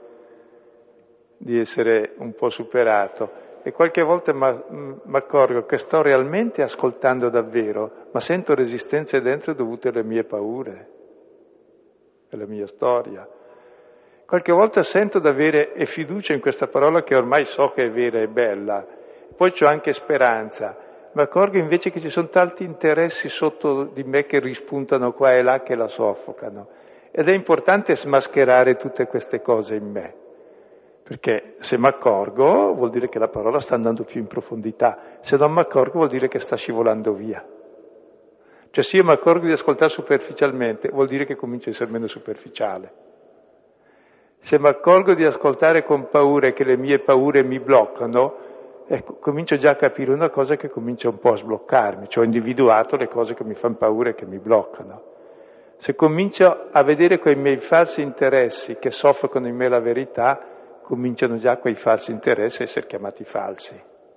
di essere un po' superato. E qualche volta mi accorgo che sto realmente ascoltando davvero, ma sento resistenze dentro dovute alle mie paure, alla mia storia. Qualche volta sento d'avere fiducia in questa parola che ormai so che è vera e bella, poi c'ho anche speranza, mi accorgo invece che ci sono tanti interessi sotto di me che rispuntano qua e là, che la soffocano. Ed è importante smascherare tutte queste cose in me, perché se mi accorgo vuol dire che la parola sta andando più in profondità, se non mi accorgo vuol dire che sta scivolando via. Cioè se io mi accorgo di ascoltare superficialmente, vuol dire che comincio a essere meno superficiale. Se mi accorgo di ascoltare con paura e che le mie paure mi bloccano, ecco, comincio già a capire una cosa che comincia un po' a sbloccarmi, cioè ho individuato le cose che mi fanno paura e che mi bloccano. Se comincio a vedere quei miei falsi interessi che soffocano in me la verità, cominciano già quei falsi interessi a essere chiamati falsi.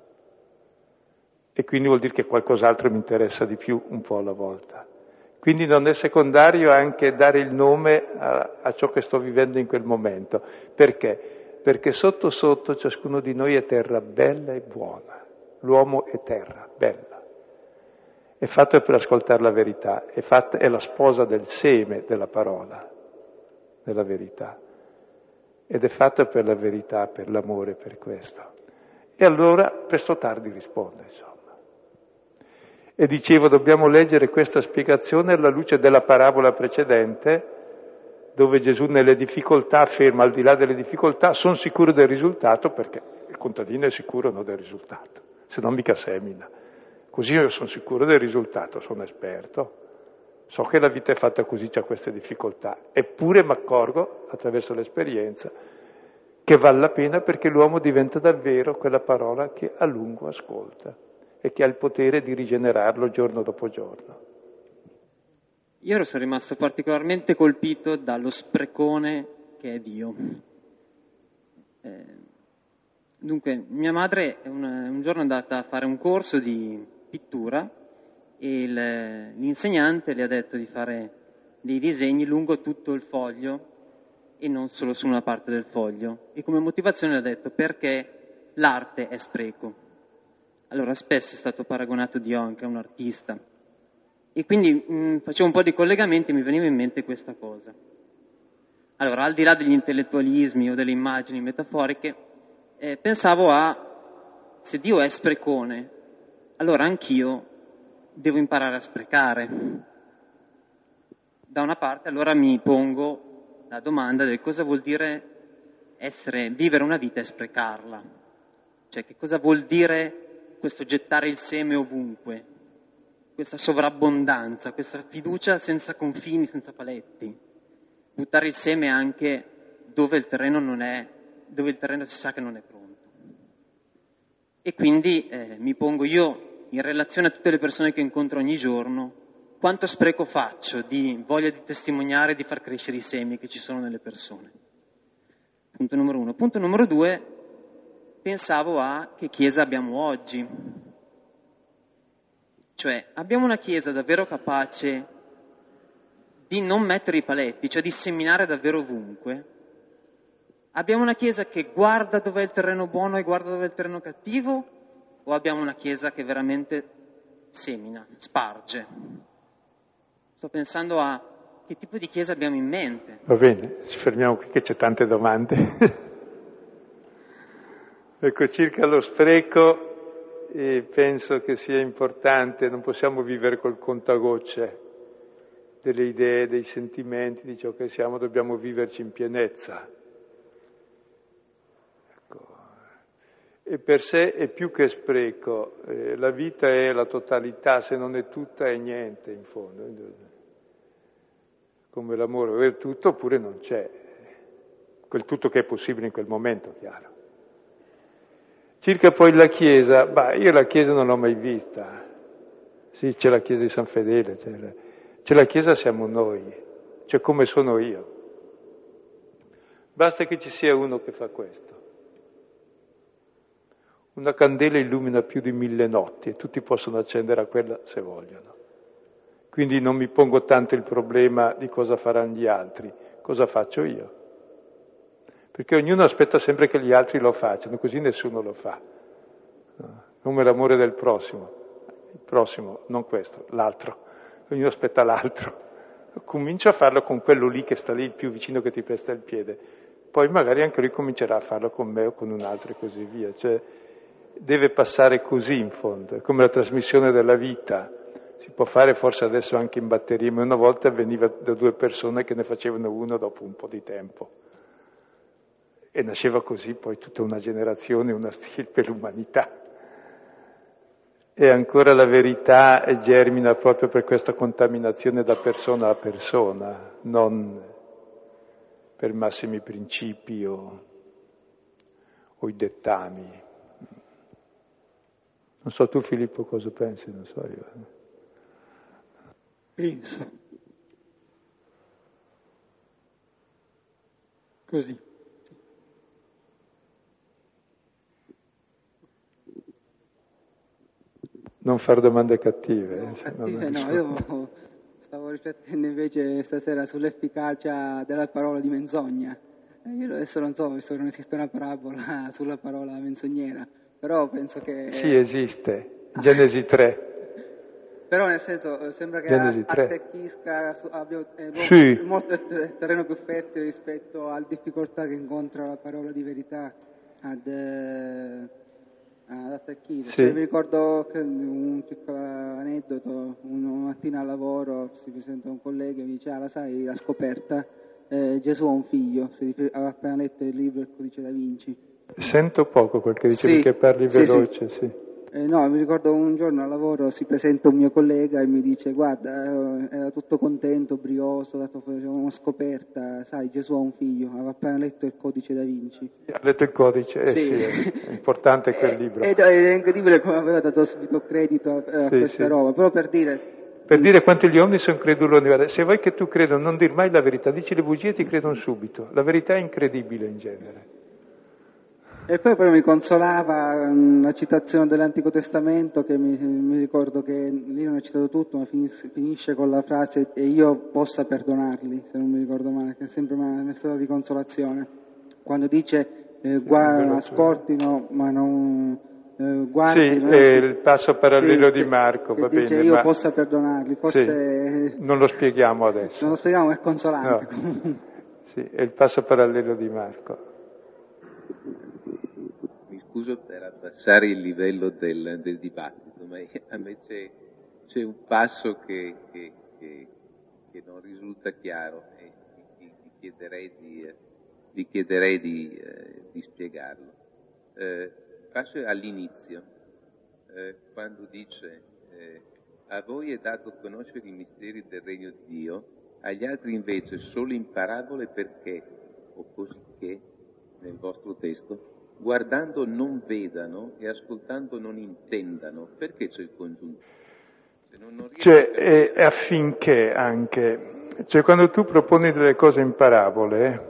E quindi vuol dire che qualcos'altro mi interessa di più un po' alla volta. Quindi non è secondario anche dare il nome a ciò che sto vivendo in quel momento. Perché? Perché sotto sotto ciascuno di noi è terra bella e buona. L'uomo è terra, bella. È fatto per ascoltare la verità, è la sposa del seme della parola, della verità. Ed è fatto per la verità, per l'amore, per questo. E allora presto tardi risponde, insomma. E dicevo, dobbiamo leggere questa spiegazione alla luce della parabola precedente, dove Gesù nelle difficoltà afferma, al di là delle difficoltà, sono sicuro del risultato, perché il contadino è sicuro non del risultato, se no mica semina. Così io sono sicuro del risultato, sono esperto, so che la vita è fatta così, c'ha queste difficoltà, eppure mi accorgo, attraverso l'esperienza, che vale la pena perché l'uomo diventa davvero quella parola che a lungo ascolta e che ha il potere di rigenerarlo giorno dopo giorno. Io ero rimasto particolarmente colpito dallo sprecone che è Dio. Dunque, mia madre un giorno è andata a fare un corso di pittura e l'insegnante le ha detto di fare dei disegni lungo tutto il foglio e non solo su una parte del foglio. E come motivazione le ha detto perché l'arte è spreco. Allora spesso è stato paragonato Dio anche a un artista e quindi facevo un po' di collegamenti e mi veniva in mente questa cosa. Allora, al di là degli intellettualismi o delle immagini metaforiche, pensavo a se Dio è sprecone, allora anch'io devo imparare a sprecare. Da una parte allora mi pongo la domanda del cosa vuol dire vivere una vita e sprecarla, cioè che cosa vuol dire questo gettare il seme ovunque, questa sovrabbondanza, questa fiducia senza confini, senza paletti, buttare il seme anche dove il terreno si sa che non è pronto. E quindi mi pongo io, in relazione a tutte le persone che incontro ogni giorno, quanto spreco faccio di voglia di testimoniare, di far crescere i semi che ci sono nelle persone. Punto numero 1. Punto numero 2. Pensavo a che Chiesa abbiamo oggi. Cioè, abbiamo una Chiesa davvero capace di non mettere i paletti, cioè di seminare davvero ovunque. Abbiamo una Chiesa che guarda dov'è il terreno buono e guarda dov'è il terreno cattivo, o abbiamo una Chiesa che veramente semina, sparge? Sto pensando a che tipo di Chiesa abbiamo in mente. Va bene, ci fermiamo qui che c'è tante domande. Ecco, circa lo spreco, penso che sia importante, non possiamo vivere col contagocce delle idee, dei sentimenti, di ciò che siamo, dobbiamo viverci in pienezza. Ecco. E per sé è più che spreco, la vita è la totalità, se non è tutta è niente in fondo. come l'amore o il tutto, oppure non c'è quel tutto che è possibile in quel momento, chiaro. Circa poi la Chiesa, io la Chiesa non l'ho mai vista. Sì, c'è la Chiesa di San Fedele, c'è la Chiesa siamo noi, cioè come sono io. Basta che ci sia uno che fa questo. Una candela illumina più di 1000 notti e tutti possono accendere a quella se vogliono. Quindi non mi pongo tanto il problema di cosa faranno gli altri, cosa faccio io. Perché ognuno aspetta sempre che gli altri lo facciano, così nessuno lo fa. Come l'amore del prossimo. Il prossimo, non questo, l'altro. Ognuno aspetta l'altro. Comincia a farlo con quello lì che sta lì, il più vicino che ti presta il piede. Poi magari anche lui comincerà a farlo con me o con un altro e così via. Cioè, deve passare così in fondo, è come la trasmissione della vita. Si può fare forse adesso anche in batteria, ma una volta avveniva da 2 persone che ne facevano uno dopo un po' di tempo. E nasceva così poi tutta una generazione, una stile per l'umanità. E ancora la verità germina proprio per questa contaminazione da persona a persona, non per massimi principi o i dettami. Non so tu Filippo cosa pensi, non so io. Penso. Così. Non fare domande cattive. No, io stavo riflettendo invece stasera sull'efficacia della parola di menzogna. Io adesso non so se non esiste una parabola sulla parola menzognera, però penso che... Sì, esiste, Genesi 3. Però nel senso, sembra che attecchisca, abbia molto terreno più fertile rispetto alla difficoltà che incontra la parola di verità ad attecchire. Sì. Cioè, mi ricordo che un piccolo aneddoto, una mattina al lavoro si presenta un collega e mi dice: la sai la scoperta? Gesù ha un figlio, aveva appena letto il libro Il Codice da Vinci. Sento poco quel che dicevi, perché parli veloce, sì. No, mi ricordo un giorno al lavoro si presenta un mio collega e mi dice: guarda, era tutto contento, brioso, dato una scoperta, sai, Gesù ha un figlio, aveva appena letto Il Codice da Vinci. Ha letto il codice, sì, è importante quel libro. Ed è incredibile come aveva dato subito credito a questa roba, però per dire quanti gli uomini sono creduloni. Se vuoi che tu creda, non dir mai la verità, dici le bugie e ti credono subito. La verità è incredibile in genere. E poi però mi consolava la citazione dell'Antico Testamento, che mi ricordo che lì non è citato tutto, ma finisce con la frase "e io possa perdonarli", se non mi ricordo male, che sempre mi è stata di consolazione. Quando dice ascoltino, ma non guardino. Sì, il passo parallelo di Marco, va dice, bene. Io possa perdonarli, forse... Sì, non lo spieghiamo adesso. Non lo spieghiamo, è consolante. No. Sì, è il passo parallelo di Marco. Scuso per abbassare il livello del dibattito, ma a me c'è un passo che non risulta chiaro e vi chiederei di spiegarlo. Passo all'inizio, quando dice a voi è dato conoscere i misteri del regno di Dio, agli altri invece solo in parabole perché, o così che, nel vostro testo, guardando non vedano e ascoltando non intendano. Perché c'è il congiuntivo? Cioè, affinché anche, cioè quando tu proponi delle cose in parabole,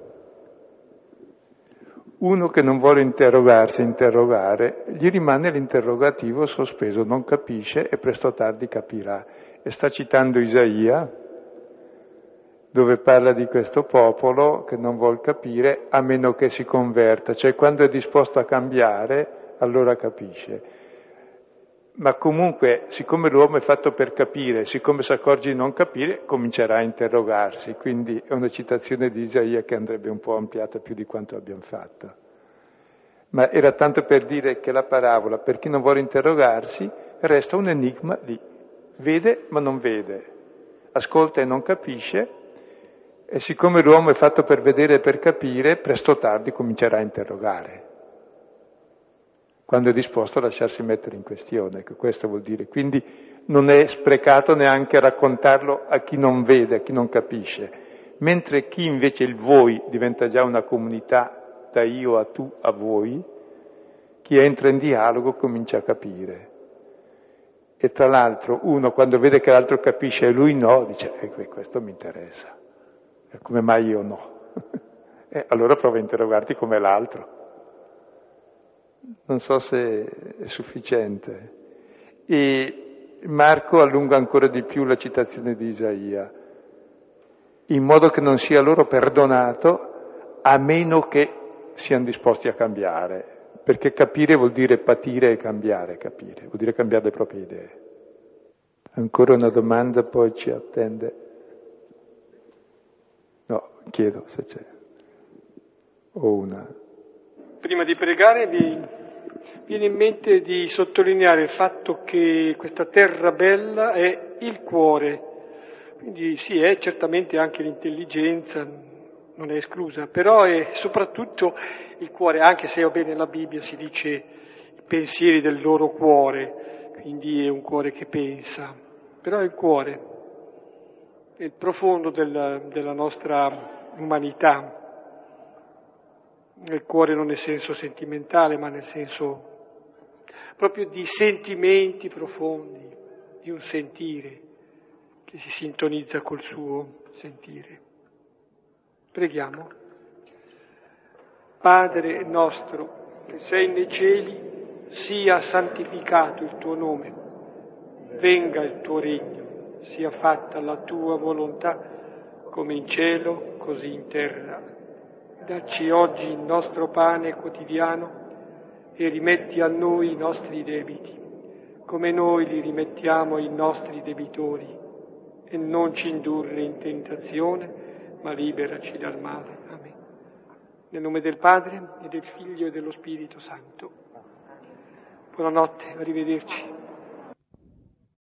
uno che non vuole interrogare, gli rimane l'interrogativo sospeso, non capisce e presto o tardi capirà. E sta citando Isaia, dove parla di questo popolo che non vuol capire a meno che si converta, cioè quando è disposto a cambiare, allora capisce. Ma comunque, siccome l'uomo è fatto per capire, siccome si accorge di non capire, comincerà a interrogarsi, quindi è una citazione di Isaia che andrebbe un po' ampliata più di quanto abbiamo fatto. Ma era tanto per dire che la parabola, per chi non vuole interrogarsi, resta un enigma lì. Vede ma non vede, ascolta e non capisce, e siccome l'uomo è fatto per vedere e per capire, presto o tardi comincerà a interrogare. quando è disposto a lasciarsi mettere in questione, ecco, questo vuol dire. Quindi non è sprecato neanche raccontarlo a chi non vede, a chi non capisce, mentre chi invece il voi diventa già una comunità da io a tu a voi, chi entra in dialogo comincia a capire. E tra l'altro uno quando vede che l'altro capisce e lui no, dice questo mi interessa, e come mai io no? Allora prova a interrogarti come l'altro. Non so se è sufficiente. E Marco allunga ancora di più la citazione di Isaia, in modo che non sia loro perdonato a meno che siano disposti a cambiare. Perché capire vuol dire patire e cambiare, capire, vuol dire cambiare le proprie idee. Ancora una domanda, poi ci attende. No, chiedo se c'è. O una. Prima di pregare mi viene in mente di sottolineare il fatto che questa terra bella è il cuore. Quindi sì, è certamente anche l'intelligenza, non è esclusa, però è soprattutto il cuore, anche se nella Bibbia si dice i pensieri del loro cuore, quindi è un cuore che pensa, però è il cuore, è il profondo della nostra umanità, il cuore non nel senso sentimentale, ma nel senso proprio di sentimenti profondi, di un sentire che si sintonizza col suo sentire. Preghiamo. Padre nostro, che sei nei cieli, sia santificato il tuo nome, venga il tuo regno, sia fatta la tua volontà, come in cielo, così in terra. Dacci oggi il nostro pane quotidiano e rimetti a noi i nostri debiti, come noi li rimettiamo ai nostri debitori, e non ci indurre in tentazione, ma liberaci dal male. Amen. Nel nome del Padre, e del Figlio, e dello Spirito Santo. Buonanotte, arrivederci.